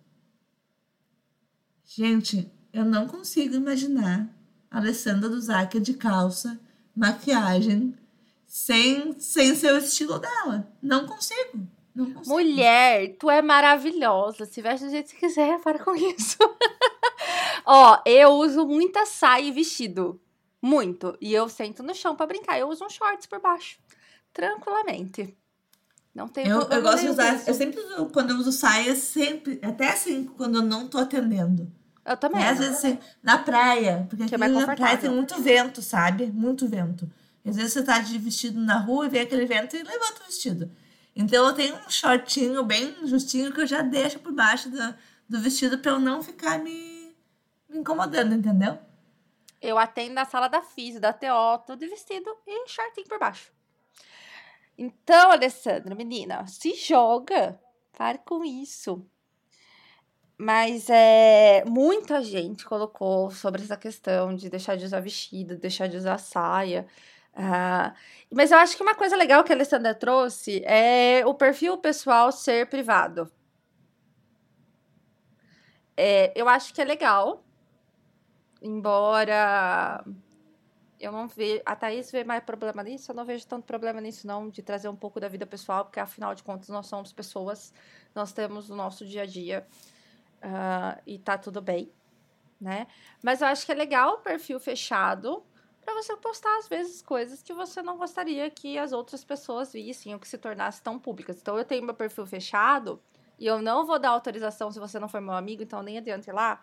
Speaker 1: Gente, eu não consigo imaginar a Alessandra Duzac de calça, maquiagem, sem ser o estilo dela. Não consigo.
Speaker 2: Mulher, tu é maravilhosa. Se veste do jeito que você quiser, para com isso. Ó, eu uso muita saia e vestido. Muito. E eu sento no chão pra brincar. Eu uso um shorts por baixo. Tranquilamente. Não tem problema.
Speaker 1: Eu gosto de usar. Eu sempre uso, quando eu uso saia, sempre. Até assim, quando eu não tô atendendo.
Speaker 2: Eu também.
Speaker 1: Às vezes assim, na praia. Porque aqui na praia tem muito vento, sabe? Muito vento. Às vezes você tá de vestido na rua e vem aquele vento e levanta o vestido. Então eu tenho um shortinho bem justinho que eu já deixo por baixo do vestido pra eu não ficar me incomodando, entendeu?
Speaker 2: Eu atendo na sala da FIS, da TO, tudo de vestido e shortinho por baixo. Então, Alessandra, menina, se joga. Pare com isso. Mas muita gente colocou sobre essa questão de deixar de usar vestido, deixar de usar saia. Mas eu acho que uma coisa legal que a Alessandra trouxe é o perfil pessoal ser privado. Eu acho que é legal, embora eu não vejo... A Thaís vê mais problema nisso, eu não vejo tanto problema nisso não, de trazer um pouco da vida pessoal, porque afinal de contas nós somos pessoas, nós temos o nosso dia a dia e tá tudo bem, né? Mas eu acho que é legal o perfil fechado, para você postar, às vezes, coisas que você não gostaria que as outras pessoas vissem ou que se tornassem tão públicas. Então, eu tenho meu perfil fechado e eu não vou dar autorização se você não for meu amigo, então nem adianta ir lá,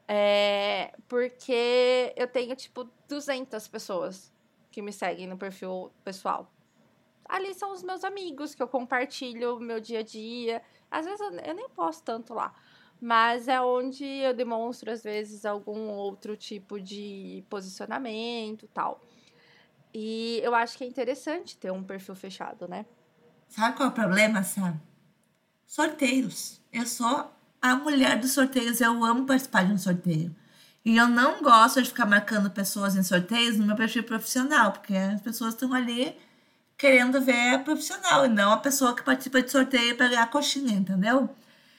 Speaker 2: porque eu tenho, 200 pessoas que me seguem no perfil pessoal. Ali são os meus amigos, que eu compartilho o meu dia a dia. Às vezes, eu nem posto tanto lá. Mas é onde eu demonstro, às vezes, algum outro tipo de posicionamento e tal. E eu acho que é interessante ter um perfil fechado, né?
Speaker 1: Sabe qual é o problema, Sam? Sorteios. Eu sou a mulher dos sorteios. Eu amo participar de um sorteio. E eu não gosto de ficar marcando pessoas em sorteios no meu perfil profissional, porque as pessoas estão ali querendo ver a profissional e não a pessoa que participa de sorteio para ganhar coxinha, entendeu?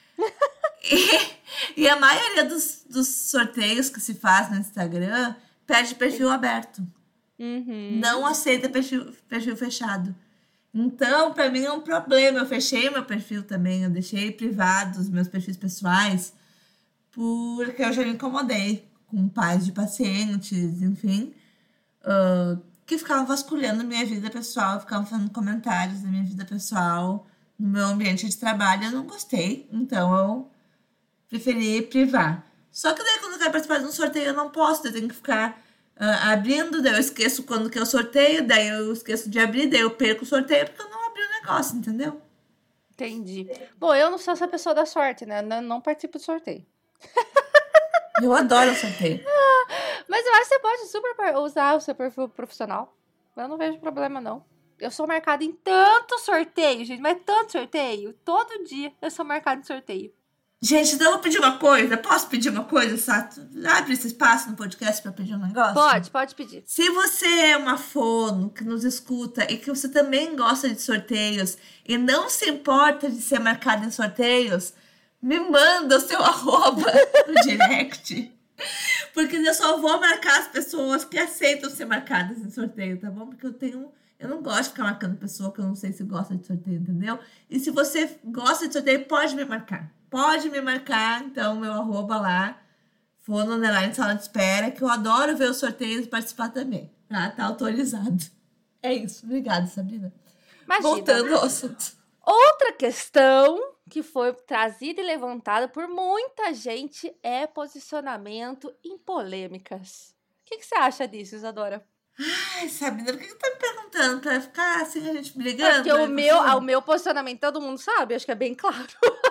Speaker 1: E a maioria dos sorteios que se faz no Instagram pede perfil aberto.
Speaker 2: Uhum.
Speaker 1: Não aceita perfil fechado. Então, para mim é um problema. Eu fechei meu perfil também. Eu deixei privado os meus perfis pessoais porque eu já me incomodei com pais de pacientes, enfim, que ficavam vasculhando minha vida pessoal, ficavam fazendo comentários da minha vida pessoal no meu ambiente de trabalho. Eu não gostei, então eu preferi privar. Só que daí quando eu quero participar de um sorteio eu não posso, eu tenho que ficar abrindo, daí eu esqueço quando que eu sorteio, daí eu esqueço de abrir, daí eu perco o sorteio porque eu não abri o negócio, entendeu?
Speaker 2: Entendi. Bom, eu não sou essa pessoa da sorte, né? Não participo de sorteio.
Speaker 1: Eu adoro o sorteio.
Speaker 2: Mas eu acho que você pode super usar o seu perfil profissional. Eu não vejo problema, não. Eu sou marcada em tanto sorteio, gente, mas tanto sorteio. Todo dia eu sou marcada em sorteio.
Speaker 1: Gente, então eu vou pedir uma coisa. Posso pedir uma coisa, Sato? Abre esse espaço no podcast para pedir um negócio?
Speaker 2: Pode pedir.
Speaker 1: Se você é uma fono que nos escuta e que você também gosta de sorteios e não se importa de ser marcado em sorteios, me manda o seu arroba no direct. Porque eu só vou marcar as pessoas que aceitam ser marcadas em sorteio, tá bom? Porque eu não gosto de ficar marcando pessoa que eu não sei se gosta de sorteio, entendeu? E se você gosta de sorteio, pode me marcar. Pode me marcar, então, meu arroba lá, fono underline sala de espera, que eu adoro ver os sorteios e participar também. Tá autorizado. É isso. Obrigada, Sabrina.
Speaker 2: Imagina.
Speaker 1: Voltando ao assunto.
Speaker 2: Outra questão que foi trazida e levantada por muita gente é posicionamento em polêmicas. O que você acha disso, Isadora?
Speaker 1: Ai, Sabrina, por que você tá me perguntando? Pra ficar assim, a gente brigando?
Speaker 2: Porque o meu posicionamento todo mundo sabe, acho que é bem claro.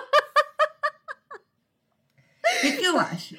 Speaker 1: O que eu acho?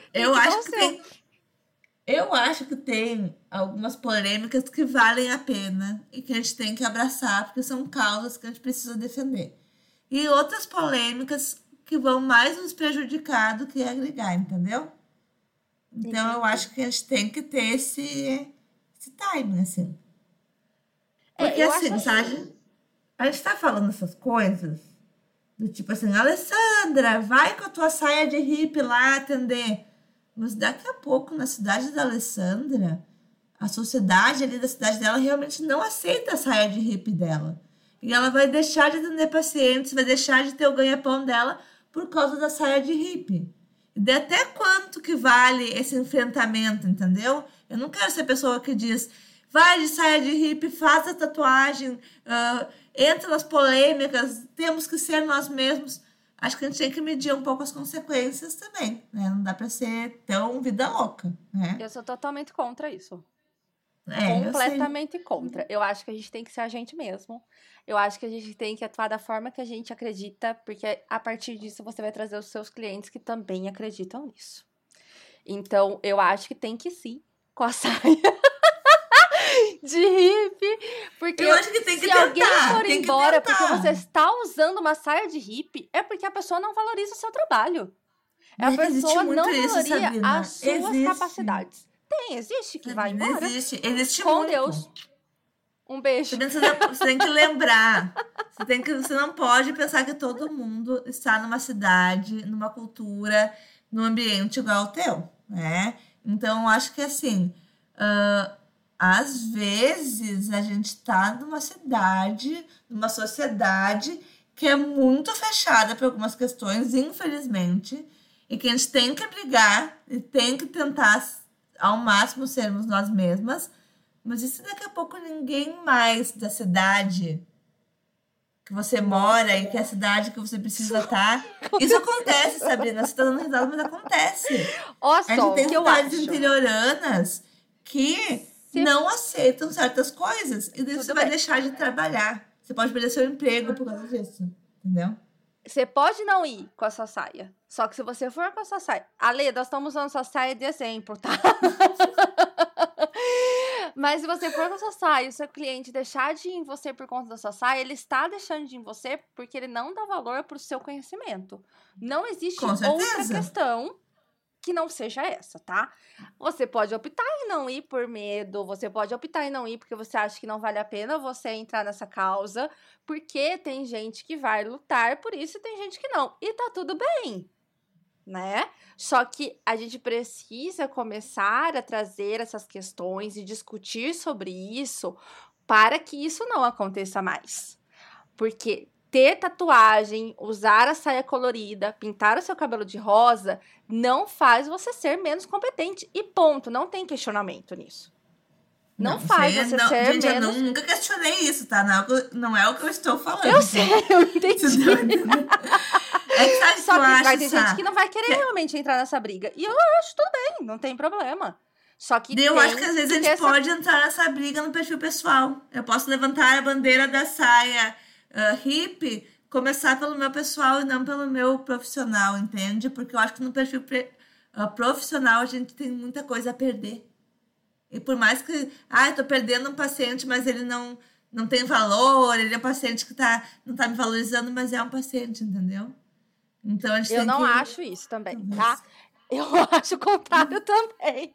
Speaker 1: Eu acho que tem algumas polêmicas que valem a pena e que a gente tem que abraçar, porque são causas que a gente precisa defender. E outras polêmicas que vão mais nos prejudicar do que agregar, entendeu? Então, eu acho que a gente tem que ter esse timing, assim. Porque, assim, sabe? A gente tá falando essas coisas do tipo assim, Alessandra, vai com a tua saia de hippie lá atender. Mas daqui a pouco, na cidade da Alessandra, a sociedade ali da cidade dela realmente não aceita a saia de hippie dela. E ela vai deixar de atender pacientes, vai deixar de ter o ganha-pão dela por causa da saia de hippie. E de até quanto que vale esse enfrentamento, entendeu? Eu não quero ser a pessoa que diz, vai de saia de hippie, faça tatuagem, entra nas polêmicas, temos que ser nós mesmos. Acho que a gente tem que medir um pouco as consequências também, né? Não dá pra ser tão vida louca, né?
Speaker 2: Eu sou totalmente contra isso.
Speaker 1: É,
Speaker 2: Completamente contra. Eu acho que a gente tem que ser a gente mesmo. Eu acho que a gente tem que atuar da forma que a gente acredita, porque a partir disso você vai trazer os seus clientes que também acreditam nisso. Então, eu acho que tem que sim, com a saia de hippie, porque
Speaker 1: eu acho que tem que
Speaker 2: se
Speaker 1: tentar,
Speaker 2: alguém for
Speaker 1: tem
Speaker 2: embora
Speaker 1: que
Speaker 2: porque
Speaker 1: tentar.
Speaker 2: você está usando uma saia de hippie, é porque a pessoa não valoriza o seu trabalho. A pessoa não valoria as suas capacidades. Existe que vai embora.
Speaker 1: Existe
Speaker 2: com
Speaker 1: muito.
Speaker 2: Deus. Um beijo.
Speaker 1: Você tem que lembrar. Você não pode pensar que todo mundo está numa cidade, numa cultura, num ambiente igual ao teu, né? Então, eu acho que assim, às vezes a gente está numa cidade, numa sociedade que é muito fechada para algumas questões, infelizmente, e que a gente tem que brigar e tem que tentar ao máximo sermos nós mesmas, mas e se daqui a pouco ninguém mais da cidade que você mora e que é a cidade que você precisa estar... Isso acontece, Sabrina, você tá dando risada, mas acontece.
Speaker 2: Olha só,
Speaker 1: a gente tem
Speaker 2: que eu
Speaker 1: cidades
Speaker 2: acho.
Speaker 1: interioranas que não aceitam certas coisas e daí você vai deixar de trabalhar. Você pode perder seu emprego por causa disso, entendeu?
Speaker 2: Você pode não ir com a sua saia. Só que se você for com a sua saia... Ale, nós estamos usando sua saia de exemplo, tá? Mas se você for com a sua saia e o seu cliente deixar de ir em você por conta da sua saia, ele está deixando de ir em você porque ele não dá valor pro seu conhecimento. Não existe outra questão que não seja essa, tá? Você pode optar em não ir por medo, você pode optar em não ir porque você acha que não vale a pena você entrar nessa causa, porque tem gente que vai lutar por isso e tem gente que não. E tá tudo bem, né? Só que a gente precisa começar a trazer essas questões e discutir sobre isso para que isso não aconteça mais. Porque ter tatuagem, usar a saia colorida, pintar o seu cabelo de rosa, não faz você ser menos competente. E ponto, não tem questionamento nisso. Não faz você ser
Speaker 1: gente,
Speaker 2: menos...
Speaker 1: eu nunca questionei isso, tá? Não é o que eu estou falando.
Speaker 2: Eu sei, eu entendi.
Speaker 1: É que sabe
Speaker 2: Só que
Speaker 1: eu
Speaker 2: vai
Speaker 1: acho,
Speaker 2: ter gente que não vai querer realmente entrar nessa briga. E eu acho tudo bem, não tem problema. Só que
Speaker 1: Eu acho que às vezes a
Speaker 2: ter
Speaker 1: gente pode entrar nessa briga no perfil pessoal. Eu posso levantar a bandeira da saia hippie, começar pelo meu pessoal e não pelo meu profissional, entende? Porque eu acho que no perfil profissional a gente tem muita coisa a perder. E por mais que, eu tô perdendo um paciente, mas ele não tem valor, ele é um paciente que não tá me valorizando, mas é um paciente, entendeu? Então a gente
Speaker 2: Eu
Speaker 1: tem
Speaker 2: não
Speaker 1: que...
Speaker 2: acho isso também, tá? Eu acho o contrário também.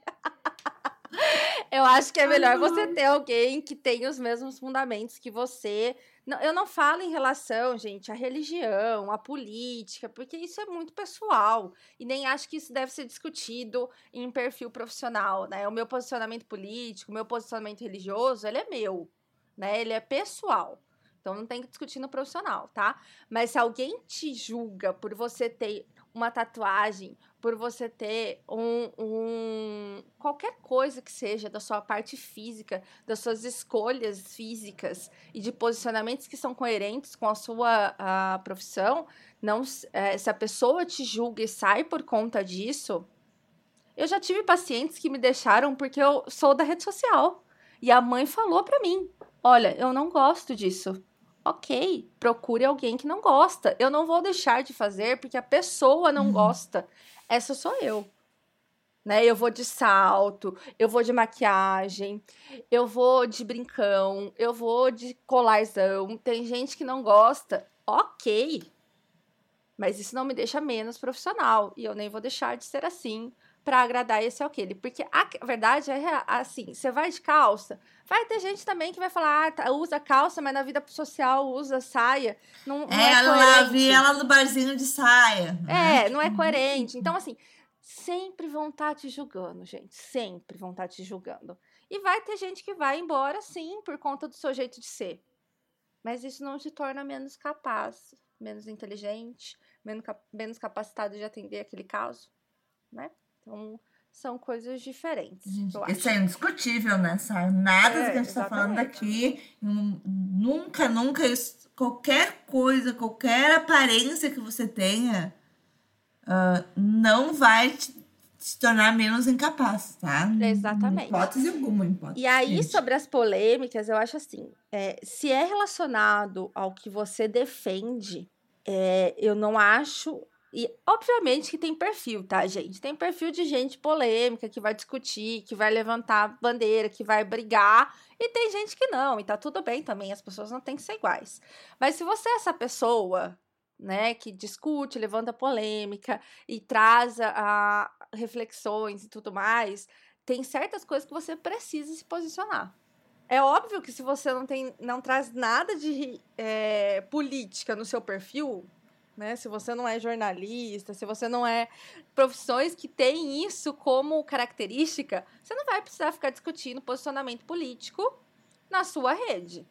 Speaker 2: Eu acho que é melhor você ter alguém que tenha os mesmos fundamentos que você. Não, eu não falo em relação, gente, à religião, à política, porque isso é muito pessoal. E nem acho que isso deve ser discutido em perfil profissional, né? O meu posicionamento político, o meu posicionamento religioso, ele é meu, né? Ele é pessoal. Então não tem que discutir no profissional, tá? Mas se alguém te julga por você ter uma tatuagem, por você ter qualquer coisa que seja da sua parte física, das suas escolhas físicas e de posicionamentos que são coerentes com a sua profissão, se a pessoa te julga e sai por conta disso. Eu já tive pacientes que me deixaram porque eu sou da rede social e a mãe falou pra mim: olha, eu não gosto disso. Ok, procure alguém que não gosta. Eu não vou deixar de fazer porque a pessoa não gosta. Essa sou eu. Né? Eu vou de salto, eu vou de maquiagem, eu vou de brincão, eu vou de colarzão. Tem gente que não gosta. Ok. Mas isso não me deixa menos profissional. E eu nem vou deixar de ser assim para agradar esse ou aquele. Porque a verdade é assim, você vai de calça, vai ter gente também que vai falar, usa calça, mas na vida social usa saia. Não é coerente.
Speaker 1: Ela vi ela no barzinho de saia.
Speaker 2: Não é coerente. Então, assim, sempre vão estar te julgando, gente. Sempre vão estar te julgando. E vai ter gente que vai embora, sim, por conta do seu jeito de ser. Mas isso não te torna menos capaz, menos inteligente, menos capacitado de atender aquele caso, né? Então, são coisas diferentes.
Speaker 1: Isso é indiscutível, né, Sara? Nada do que a gente está falando aqui, nunca, qualquer coisa, qualquer aparência que você tenha, não vai te tornar menos incapaz, tá?
Speaker 2: Exatamente.
Speaker 1: Hipótese alguma.
Speaker 2: E aí, sobre as polêmicas, eu acho assim, se é relacionado ao que você defende, eu não acho... E, obviamente, que tem perfil, tá, gente? Tem perfil de gente polêmica, que vai discutir, que vai levantar bandeira, que vai brigar. E tem gente que não, e tá tudo bem também, as pessoas não têm que ser iguais. Mas se você é essa pessoa, né, que discute, levanta polêmica e traz reflexões e tudo mais, tem certas coisas que você precisa se posicionar. É óbvio que se você não traz nada de política no seu perfil... Né? Se você não é jornalista, se você não é profissões que têm isso como característica, você não vai precisar ficar discutindo posicionamento político na sua rede,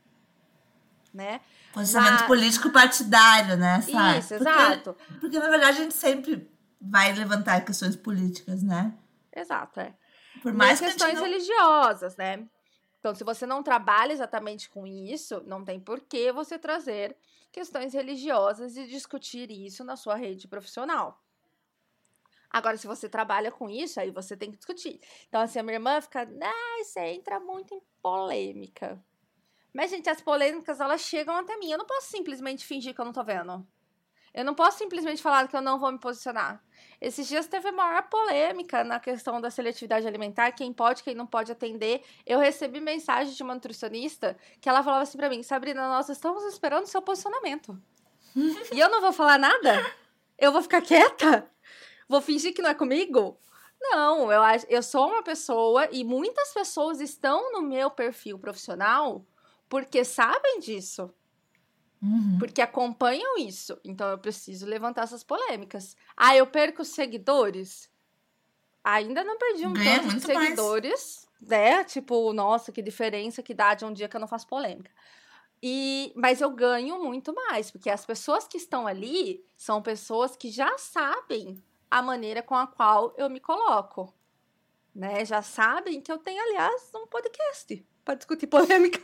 Speaker 2: né?
Speaker 1: Posicionamento político partidário, né, Sara?
Speaker 2: Isso, exato.
Speaker 1: Porque, na verdade, a gente sempre vai levantar questões políticas, né?
Speaker 2: Exato,
Speaker 1: Por mais
Speaker 2: questões religiosas, né? Então, se você não trabalha exatamente com isso, não tem por que você trazer questões religiosas e discutir isso na sua rede profissional. Agora, se você trabalha com isso, aí você tem que discutir. Então, assim, a minha irmã fica, você entra muito em polêmica. Mas, gente, as polêmicas, elas chegam até mim. Eu não posso simplesmente fingir que eu não tô vendo. Eu não posso simplesmente falar que eu não vou me posicionar. Esses dias teve a maior polêmica na questão da seletividade alimentar, quem pode, quem não pode atender. Eu recebi mensagem de uma nutricionista que ela falava assim pra mim, Sabrina, nós estamos esperando o seu posicionamento. E eu não vou falar nada? Eu vou ficar quieta? Vou fingir que não é comigo? Não, eu sou uma pessoa e muitas pessoas estão no meu perfil profissional porque sabem disso. Porque acompanham isso. Então, eu preciso levantar essas polêmicas. Eu perco seguidores? Ainda não perdi um tanto de seguidores. Né? Tipo, nossa, que diferença que dá de um dia que eu não faço polêmica. Mas eu ganho muito mais. Porque as pessoas que estão ali são pessoas que já sabem a maneira com a qual eu me coloco. Né? Já sabem que eu tenho, aliás, um podcast para discutir polêmica.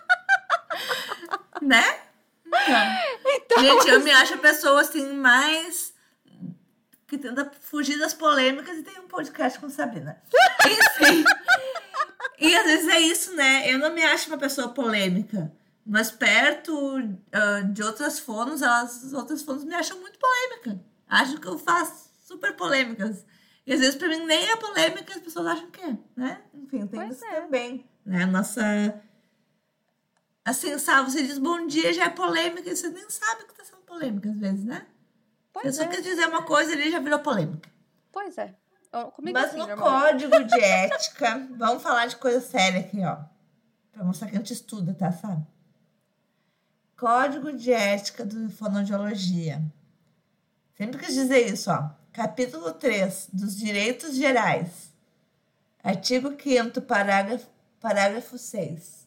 Speaker 1: Né? Então, gente, eu me acho a pessoa assim mais que tenta fugir das polêmicas e tem um podcast com Sabrina. Enfim, isso, né? Eu não me acho uma pessoa polêmica. Mas perto de outras fonos, as outras fonos me acham muito polêmica. Acham que eu faço super polêmicas. E às vezes, pra mim, nem é polêmica, as pessoas acham que é, né? Enfim, tem isso também, né? Nossa... Assim, sabe, você diz bom dia, já é polêmica, e você nem sabe que tá sendo polêmica às vezes, né? Você só quer dizer uma coisa e ele já virou polêmica.
Speaker 2: Pois é. Comigo
Speaker 1: Mas
Speaker 2: assim,
Speaker 1: no
Speaker 2: normalmente.
Speaker 1: código de ética, vamos falar de coisa séria aqui, ó. Pra mostrar que a gente estuda, tá, sabe? Código de ética do fonoaudiologia. Sempre quis dizer isso, ó. Capítulo 3, dos direitos gerais. Artigo 5º, parágrafo 6.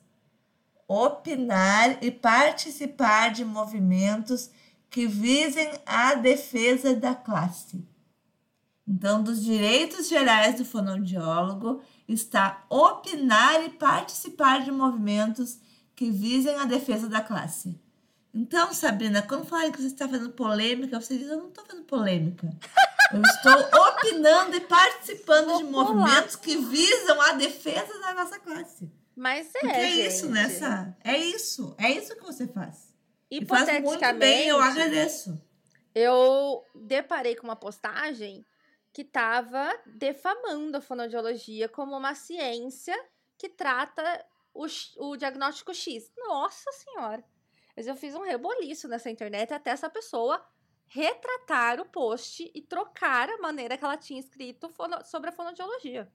Speaker 1: Opinar e participar de movimentos que visem a defesa da classe. Então, dos direitos gerais do fonoaudiólogo está opinar e participar de movimentos que visem a defesa da classe. Então, Sabrina, quando falarem que você está fazendo polêmica, você diz, eu não estou fazendo polêmica. Eu estou opinando e participando de movimentos que visam a defesa da nossa classe.
Speaker 2: Mas
Speaker 1: Porque é
Speaker 2: gente.
Speaker 1: isso, né, Sá? É isso que você faz. E
Speaker 2: Hipoteticamente,
Speaker 1: faz muito bem, eu agradeço.
Speaker 2: Eu deparei com uma postagem que estava defamando a fonoaudiologia como uma ciência que trata o diagnóstico X. Nossa Senhora! Mas eu fiz um reboliço nessa internet até essa pessoa retratar o post e trocar a maneira que ela tinha escrito sobre a fonoaudiologia.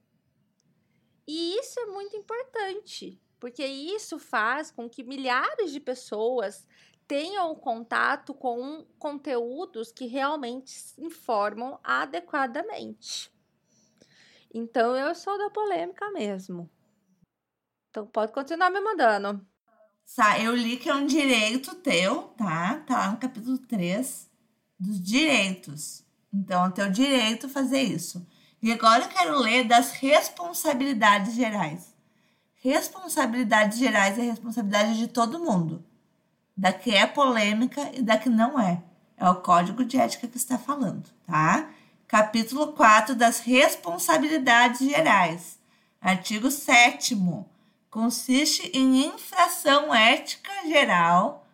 Speaker 2: E isso é muito importante, porque isso faz com que milhares de pessoas tenham contato com conteúdos que realmente informam adequadamente. Então, eu sou da polêmica mesmo. Então, pode continuar me mandando.
Speaker 1: Eu li que é um direito teu, tá? Tá lá no capítulo 3 dos direitos. Então, é teu direito fazer isso. E agora eu quero ler das responsabilidades gerais. Responsabilidades gerais é a responsabilidade de todo mundo. Da que é polêmica e da que não é. É o código de ética que está falando, tá? Capítulo 4 das responsabilidades gerais. Artigo 7º. Consiste em infração ética geral,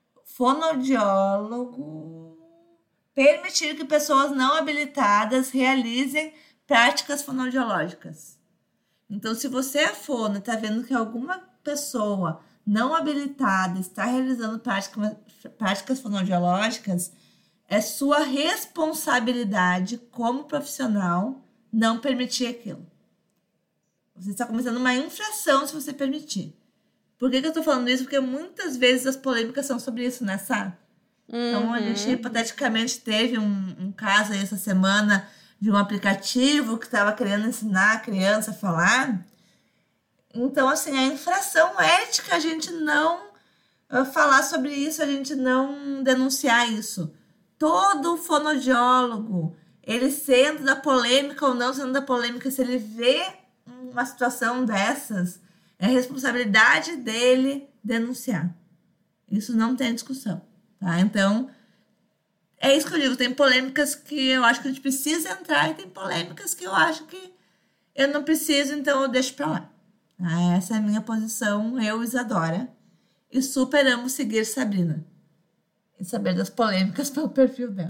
Speaker 1: fonoaudiólogo, permitir que pessoas não habilitadas realizem práticas fonoaudiológicas. Então, se você é fono e está vendo que alguma pessoa não habilitada está realizando práticas fonoaudiológicas, é sua responsabilidade como profissional não permitir aquilo. Você está cometendo uma infração se você permitir. Por que eu estou falando isso? Porque muitas vezes as polêmicas são sobre isso, né, Sá? Então, a gente hipoteticamente teve um caso aí essa semana de um aplicativo que estava querendo ensinar a criança a falar. Então, assim, a infração ética, a gente não falar sobre isso, a gente não denunciar isso. Todo fonoaudiólogo, ele sendo da polêmica ou não sendo da polêmica, se ele vê uma situação dessas, é responsabilidade dele denunciar. Isso não tem discussão, tá? Então, é isso que eu digo. Tem polêmicas que eu acho que a gente precisa entrar e tem polêmicas que eu acho que eu não preciso, então eu deixo pra lá. Essa é a minha posição, eu, Isadora. E super amo seguir Sabrina. E saber das polêmicas pelo perfil dela.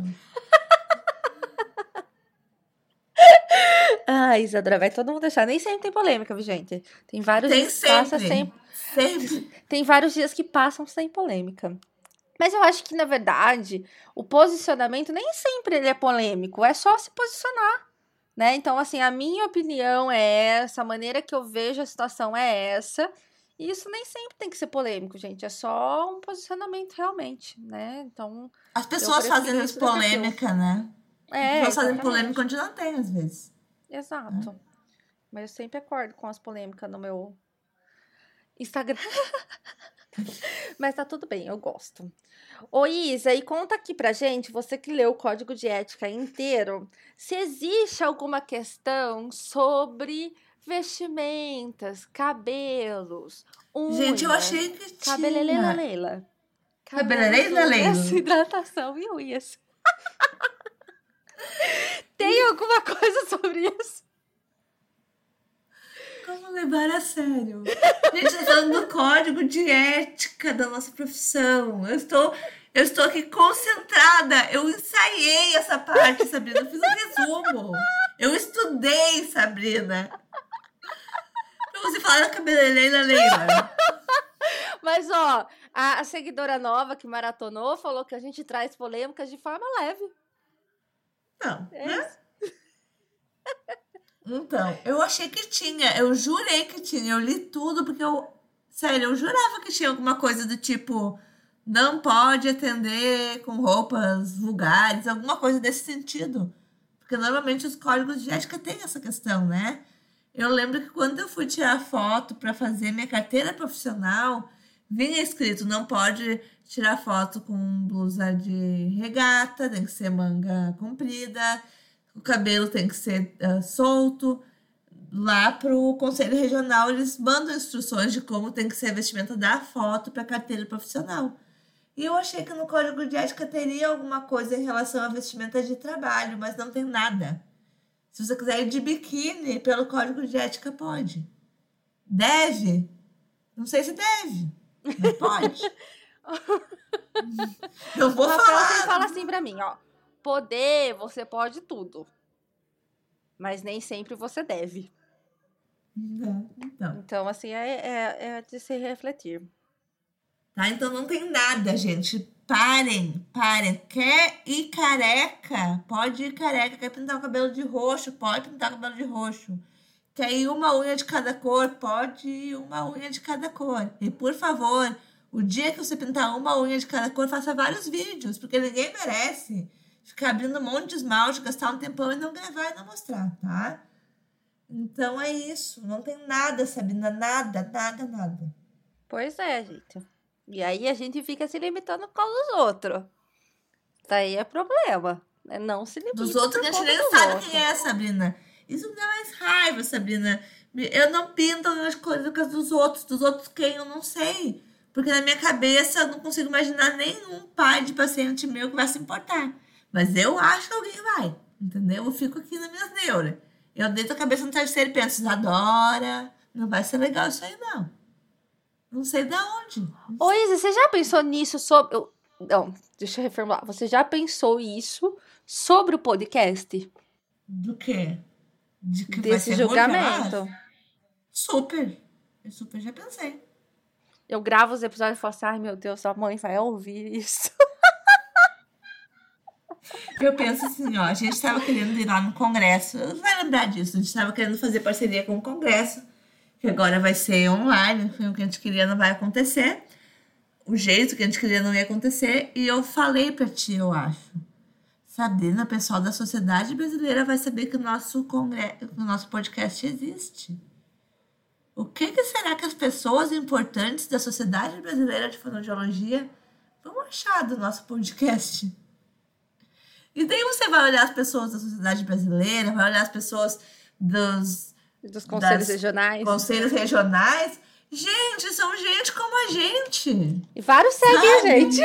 Speaker 2: Isadora, vai todo mundo deixar. Nem sempre tem polêmica, viu, gente? Tem vários
Speaker 1: Tem
Speaker 2: dias que passam sem...
Speaker 1: Sempre.
Speaker 2: Tem vários dias que passam sem polêmica. Mas eu acho que, na verdade, o posicionamento nem sempre ele é polêmico. É só se posicionar, né? Então, assim, a minha opinião é essa, a maneira que eu vejo a situação é essa. E isso nem sempre tem que ser polêmico, gente. É só um posicionamento realmente, né? Então,
Speaker 1: as pessoas fazem isso polêmica, né? As pessoas fazem polêmica onde não tem, às vezes.
Speaker 2: Exato. Mas eu sempre acordo com as polêmicas no meu Instagram. Mas tá tudo bem, eu gosto. Ô Isa, e conta aqui pra gente, você que leu o Código de Ética inteiro, se existe alguma questão sobre vestimentas, cabelos, unhas...
Speaker 1: Gente, eu achei que tinha.
Speaker 2: Cabeleleila.
Speaker 1: Cabeleleila.
Speaker 2: Hidratação e unhas. Tem alguma coisa sobre isso?
Speaker 1: Como levar a sério? Gente, tá falando do código de ética da nossa profissão. Eu estou aqui concentrada. Eu ensaiei essa parte, Sabrina. Eu fiz um resumo. Eu estudei, Sabrina. Pra você falar da cabeleireira Leila.
Speaker 2: Mas, ó, a seguidora nova que maratonou falou que a gente traz polêmicas de forma leve.
Speaker 1: Não,
Speaker 2: É
Speaker 1: né?
Speaker 2: isso.
Speaker 1: Então, eu achei que tinha. Eu jurei que tinha. Eu li tudo porque sério, eu jurava que tinha alguma coisa do tipo não pode atender com roupas vulgares, alguma coisa desse sentido. Porque normalmente os códigos de ética têm essa questão, né? Eu lembro que quando eu fui tirar foto para fazer minha carteira profissional, vinha escrito não pode tirar foto com blusa de regata, tem que ser manga comprida, o cabelo tem que ser solto. Lá pro Conselho Regional, eles mandam instruções de como tem que ser a vestimenta da foto para carteira profissional. E eu achei que no Código de Ética teria alguma coisa em relação à vestimenta de trabalho, mas não tem nada. Se você quiser ir de biquíni pelo Código de Ética, pode. Deve? Não sei se deve, mas pode. Eu vou
Speaker 2: O Rafael sempre
Speaker 1: falar.
Speaker 2: fala assim pra mim, ó. Poder, você pode tudo. Mas nem sempre você deve.
Speaker 1: Não, então.
Speaker 2: Então, assim, é de se refletir.
Speaker 1: Tá? Então não tem nada, gente. Parem. Quer ir careca? Pode ir careca. Quer pintar o cabelo de roxo? Pode pintar o cabelo de roxo. Quer ir uma unha de cada cor? Pode ir uma unha de cada cor. E por favor, o dia que você pintar uma unha de cada cor, faça vários vídeos, porque ninguém merece ficar abrindo um monte de esmalte, gastar um tempão e não gravar e não mostrar, tá? Então é isso. Não tem nada, Sabrina. Nada.
Speaker 2: Pois é, gente. E aí a gente fica se limitando por causa dos outros. Daí é problema. Né? Não se limita
Speaker 1: Dos outros
Speaker 2: por
Speaker 1: que a gente
Speaker 2: conta
Speaker 1: nem
Speaker 2: dos
Speaker 1: sabe
Speaker 2: outros.
Speaker 1: quem é, Sabrina. Isso me dá mais raiva, Sabrina. Eu não pinto as coisas dos outros. Dos outros quem? Eu não sei. Porque na minha cabeça eu não consigo imaginar nenhum pai de paciente meu que vai se importar. Mas eu acho que alguém vai. Entendeu? Eu fico aqui nas minhas neuras. Eu deito a cabeça no travesseiro e penso, Isadora, não vai ser legal isso aí, não. Não sei de onde.
Speaker 2: Ô, Isa, você já pensou nisso sobre... Não, deixa eu reformular. Você já pensou isso sobre o podcast?
Speaker 1: Do quê? De que vai
Speaker 2: Desse
Speaker 1: ser ruim pra
Speaker 2: julgamento?
Speaker 1: nós? Super. Eu super já pensei.
Speaker 2: Eu gravo os episódios e falo assim, ai meu Deus, a mãe vai ouvir isso.
Speaker 1: Eu penso assim, ó, a gente estava querendo ir lá no Congresso, você vai lembrar disso, a gente estava querendo fazer parceria com o Congresso, que agora vai ser online, o que a gente queria não vai acontecer, o jeito que a gente queria não ia acontecer, e eu falei pra ti, eu acho, Sabrina, o pessoal da sociedade brasileira vai saber que o nosso podcast existe. O que será que as pessoas importantes da Sociedade Brasileira de Fonoaudiologia vão achar do nosso podcast? E daí você vai olhar as pessoas da sociedade brasileira, vai olhar as pessoas dos
Speaker 2: conselhos regionais.
Speaker 1: Conselhos regionais. Gente, são gente como a gente.
Speaker 2: E vários seguem a gente.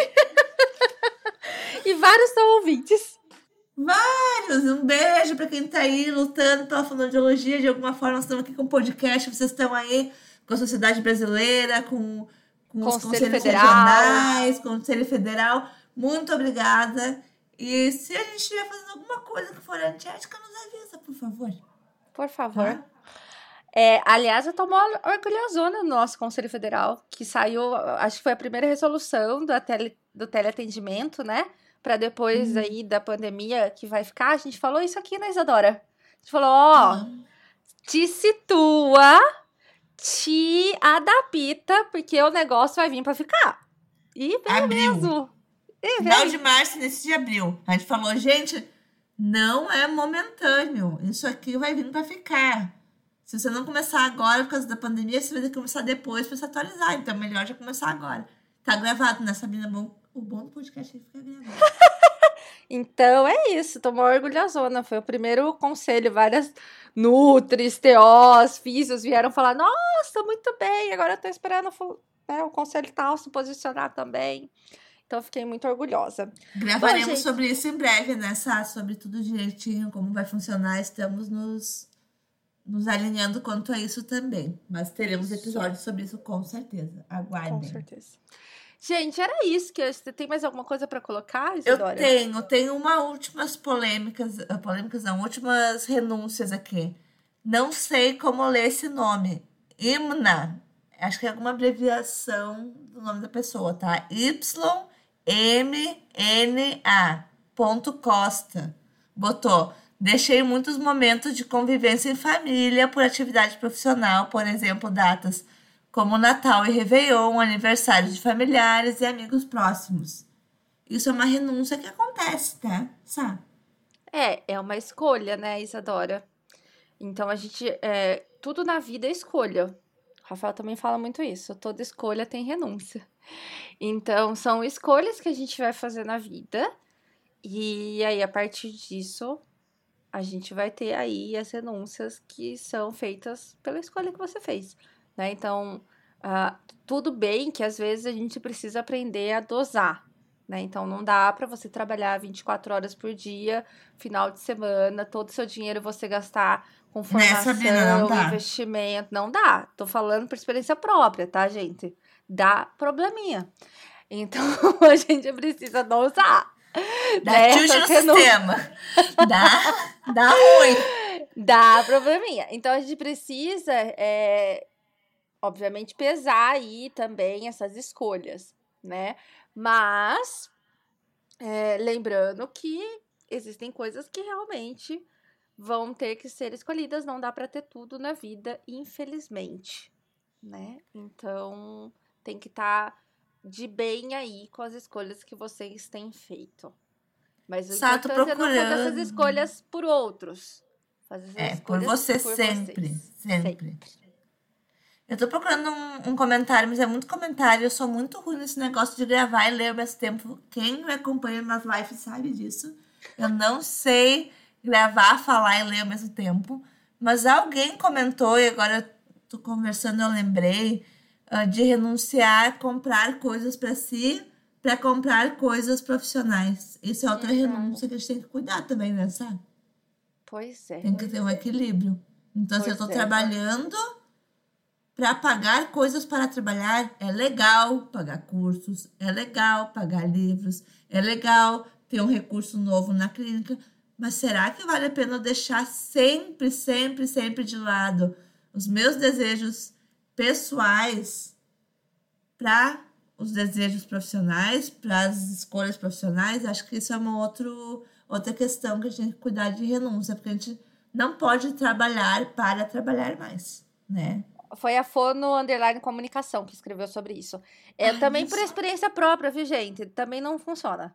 Speaker 2: E vários são ouvintes.
Speaker 1: Vários. Um beijo para quem tá aí lutando pela fonoaudiologia. De alguma forma, nós estamos aqui com o podcast. Vocês estão aí com a sociedade brasileira, com os conselhos regionais, Conselho Federal. Muito obrigada. E se a gente estiver fazendo alguma coisa que for antiética, nos avisa, por favor.
Speaker 2: Por favor.
Speaker 1: Tá?
Speaker 2: Aliás, eu tô mó orgulhosona no nosso Conselho Federal, que saiu, acho que foi a primeira resolução do teleatendimento, né? Para depois aí da pandemia que vai ficar. A gente falou isso aqui, né, Isadora? A gente falou, te situa, te adapta, porque o negócio vai vir para ficar. E veio mesmo.
Speaker 1: Final de março, início de abril. A gente falou, gente, não é momentâneo. Isso aqui vai vir para ficar. Se você não começar agora por causa da pandemia, você vai ter que começar depois para se atualizar. Então, melhor já começar agora. Tá gravado, né, Sabrina? O bom do podcast é ficar gravado.
Speaker 2: Então, é isso. Tô mó orgulhosona. Foi o primeiro conselho. Várias nutris, TOs, físios vieram falar, nossa, muito bem. Agora eu tô esperando o conselho tal se posicionar também. Então, eu fiquei muito orgulhosa.
Speaker 1: Gravaremos sobre isso em breve, né, Sá? Sobre tudo direitinho, como vai funcionar. Estamos nos nos alinhando quanto a isso também. Mas teremos
Speaker 2: Isso.
Speaker 1: episódios sobre isso com certeza.
Speaker 2: Com
Speaker 1: Aguardem.
Speaker 2: certeza. Gente, era isso. Você tem mais alguma coisa pra colocar,
Speaker 1: Eu
Speaker 2: Isadora?
Speaker 1: tenho últimas polêmicas não, últimas renúncias aqui. Não sei como ler esse nome. Imna. Acho que é alguma abreviação do nome da pessoa, tá? YMNA. Costa. Botou. Deixei muitos momentos de convivência em família por atividade profissional, por exemplo, datas como Natal e Réveillon, aniversários de familiares e amigos próximos. Isso é uma renúncia que acontece, tá? Sabe?
Speaker 2: É uma escolha, né, Isadora? Então a gente. Tudo na vida é escolha. O Rafael também fala muito isso. Toda escolha tem renúncia. Então, são escolhas que a gente vai fazer na vida. E aí, a partir disso, a gente vai ter aí as renúncias que são feitas pela escolha que você fez, né? Então, tudo bem que às vezes a gente precisa aprender a dosar, né? Então, não dá para você trabalhar 24 horas por dia, final de semana, todo o seu dinheiro você gastar com
Speaker 1: Sabrina, não
Speaker 2: formação,
Speaker 1: dá.
Speaker 2: investimento. Não dá. Tô falando por experiência própria, tá, gente? Dá probleminha. Então, a gente precisa dosar.
Speaker 1: Dá tilt no sistema. Dá ruim.
Speaker 2: Dá probleminha. Então, a gente precisa, obviamente, pesar aí também essas escolhas, né? Mas, lembrando que existem coisas que realmente vão ter que ser escolhidas. Não dá para ter tudo na vida, infelizmente, né? Então, tem que estar de bem aí com as escolhas que vocês têm feito. Mas o
Speaker 1: Tô
Speaker 2: importante é não fazer essas
Speaker 1: procurando.
Speaker 2: escolhas por outros. Fazer essas
Speaker 1: Por
Speaker 2: escolhas
Speaker 1: você
Speaker 2: por
Speaker 1: sempre.
Speaker 2: vocês.
Speaker 1: Sempre. Eu tô procurando um comentário, mas é muito comentário. Eu sou muito ruim nesse negócio de gravar e ler ao mesmo tempo. Quem me acompanha nas lives sabe disso. Eu não sei gravar, falar e ler ao mesmo tempo. Mas alguém comentou, e agora eu tô conversando, eu lembrei, de renunciar a comprar coisas para si, para comprar coisas profissionais. Isso é outra renúncia que a gente tem que cuidar também, né, sabe?
Speaker 2: Pois é.
Speaker 1: Tem que ter um equilíbrio. Então, se eu tô trabalhando para pagar coisas para trabalhar, é legal pagar cursos, é legal pagar livros, é legal ter um recurso novo na clínica, mas será que vale a pena eu deixar sempre, sempre, sempre de lado os meus desejos pessoais para os desejos profissionais, para as escolhas profissionais? Acho que isso é uma outra questão que a gente tem que cuidar de renúncia, porque a gente não pode trabalhar para trabalhar mais, né?
Speaker 2: Foi a Fono _ Comunicação que escreveu sobre isso. Também por experiência própria, viu, gente? Também não funciona.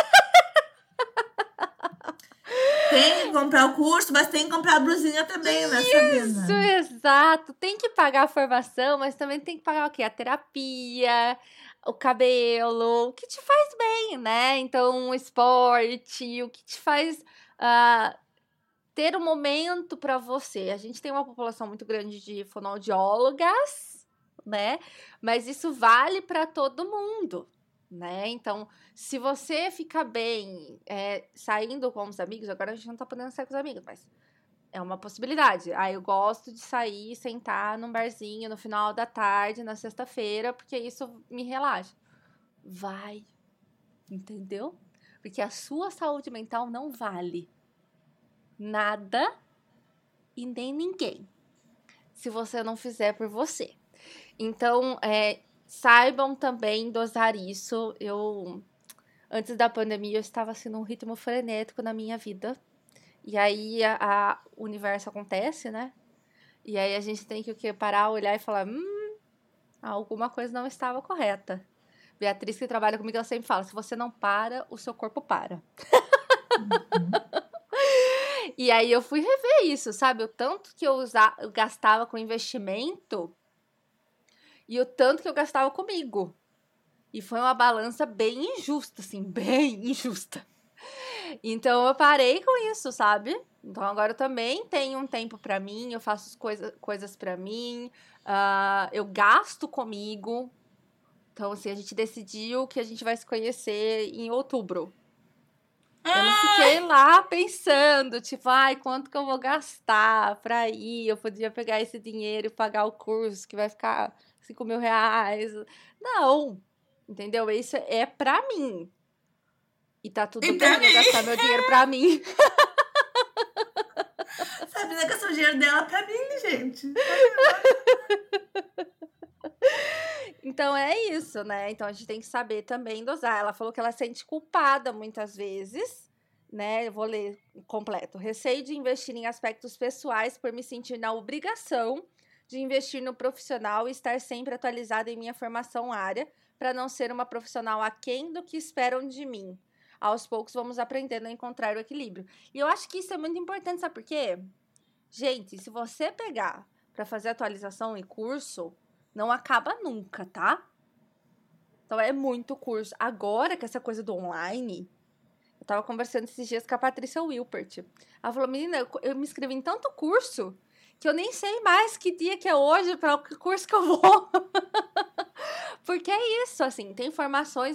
Speaker 1: Tem que comprar o curso, mas tem que comprar a blusinha também, né, Sabrina?
Speaker 2: Isso, exato. Tem que pagar a formação, mas também tem que pagar o quê? A terapia, o cabelo, o que te faz bem, né? Então, o esporte, o que te faz ter um momento para você. A gente tem uma população muito grande de fonoaudiólogas, né? Mas isso vale para todo mundo, né? Então, se você fica bem saindo com os amigos, agora a gente não tá podendo sair com os amigos, mas é uma possibilidade. Eu gosto de sair, sentar num barzinho no final da tarde, na sexta-feira, porque isso me relaxa. Vai, entendeu? Porque a sua saúde mental não vale nada e nem ninguém se você não fizer por você. Então, saibam também dosar isso. Antes da pandemia, eu estava assim num ritmo frenético na minha vida. E aí, o universo acontece, né? E aí, a gente tem que parar, olhar e falar, alguma coisa não estava correta. Beatriz, que trabalha comigo, ela sempre fala, se você não para, o seu corpo para. E aí, eu fui rever isso, sabe? O tanto que eu gastava com investimento e o tanto que eu gastava comigo. E foi uma balança bem injusta, assim, bem injusta. Então, eu parei com isso, sabe? Então, agora eu também tenho um tempo pra mim, eu faço coisas pra mim, eu gasto comigo. Então, assim, a gente decidiu que a gente vai se conhecer em outubro. Eu não fiquei lá pensando, tipo, ai, quanto que eu vou gastar pra ir? Eu podia pegar esse dinheiro e pagar o curso, que vai ficar 5.000 reais. Não, entendeu? Isso é pra mim. E tá tudo
Speaker 1: E pra
Speaker 2: bem eu
Speaker 1: mim?
Speaker 2: gastar meu dinheiro pra mim.
Speaker 1: Sabrina gastou o dinheiro dela pra mim, gente.
Speaker 2: Então é isso, né? Então a gente tem que saber também dosar. Ela falou que ela sente culpada muitas vezes, né? Eu vou ler completo. Receio de investir em aspectos pessoais por me sentir na obrigação de investir no profissional e estar sempre atualizada em minha formação área para não ser uma profissional aquém do que esperam de mim. Aos poucos vamos aprendendo a encontrar o equilíbrio. E eu acho que isso é muito importante, sabe por quê? Gente, se você pegar para fazer atualização e curso, não acaba nunca, tá? Então é muito curso. Agora que essa coisa do online, eu tava conversando esses dias com a Patrícia Wilpert. Ela falou, menina, eu me inscrevi em tanto curso que eu nem sei mais que dia que é hoje para o curso que eu vou. Porque é isso, assim, tem informações.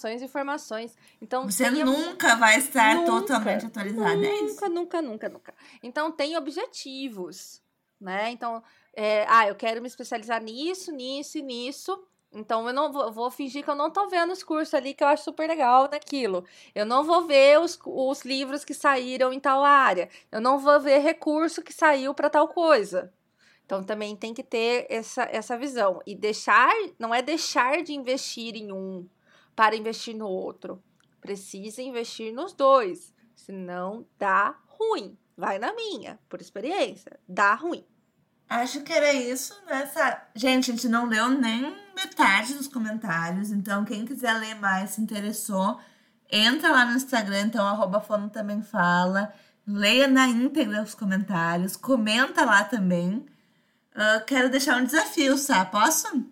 Speaker 2: Então,
Speaker 1: Você nunca vai estar totalmente atualizada, é isso?
Speaker 2: Nunca. Então, tem objetivos, né? Então, eu quero me especializar nisso. Então, eu não vou fingir que eu não tô vendo os cursos ali que eu acho super legal naquilo. Eu não vou ver os livros que saíram em tal área. Eu não vou ver recurso que saiu para tal coisa. Então, também tem que ter essa visão. E não é deixar de investir em um para investir no outro. Precisa investir nos dois. Senão, dá ruim. Vai na minha, por experiência. Dá ruim.
Speaker 1: Acho que era isso, né? Gente, a gente não leu nem metade dos comentários. Então, quem quiser ler mais, se interessou, entra lá no Instagram, então, @fono também fala. Leia na íntegra os comentários. Comenta lá também. Quero deixar um desafio, sabe? Posso?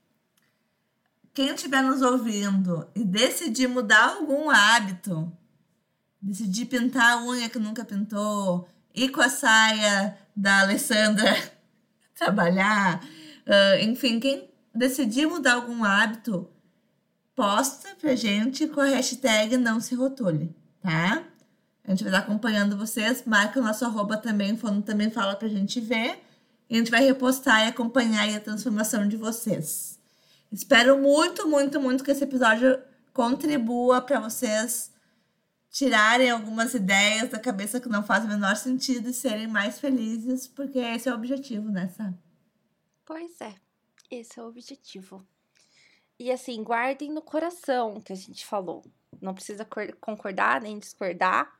Speaker 1: Quem estiver nos ouvindo e decidir mudar algum hábito, decidir pintar a unha que nunca pintou, ir com a saia da Alessandra trabalhar, enfim, quem decidir mudar algum hábito, posta pra gente com a hashtag não se rotule, tá? A gente vai estar acompanhando vocês, marca o nosso @ também, Fono também fala pra gente ver, e a gente vai repostar e acompanhar aí a transformação de vocês. Espero muito, muito, muito que esse episódio contribua para vocês tirarem algumas ideias da cabeça que não fazem o menor sentido e serem mais felizes, porque esse é o objetivo, né, Sá?
Speaker 2: Pois é, esse é o objetivo. E assim, guardem no coração o que a gente falou. Não precisa concordar nem discordar,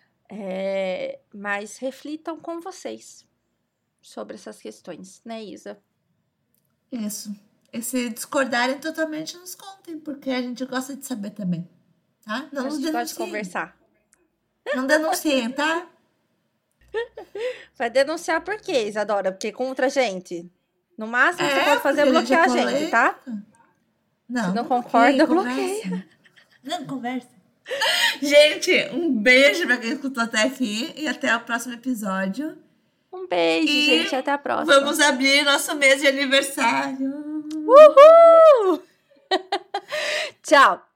Speaker 2: mas reflitam com vocês sobre essas questões, né, Isa?
Speaker 1: Isso. E se discordarem totalmente, nos contem, porque a gente gosta de saber também, tá? Não nos
Speaker 2: A gente gosta de
Speaker 1: denunciem.
Speaker 2: conversar.
Speaker 1: Não denunciem, tá?
Speaker 2: Vai denunciar por quê, Isadora? Porque contra a gente. No máximo que você pode fazer é
Speaker 1: porque
Speaker 2: bloquear a
Speaker 1: gente é
Speaker 2: gente, tá?
Speaker 1: Não,
Speaker 2: Se não concorda,
Speaker 1: bloqueia.
Speaker 2: bloqueia.
Speaker 1: Não, conversa. Gente, um beijo pra quem escutou até aqui e até o próximo episódio.
Speaker 2: Um beijo, gente. Até a próxima.
Speaker 1: Vamos abrir nosso mês de aniversário.
Speaker 2: Uhul! Tchau!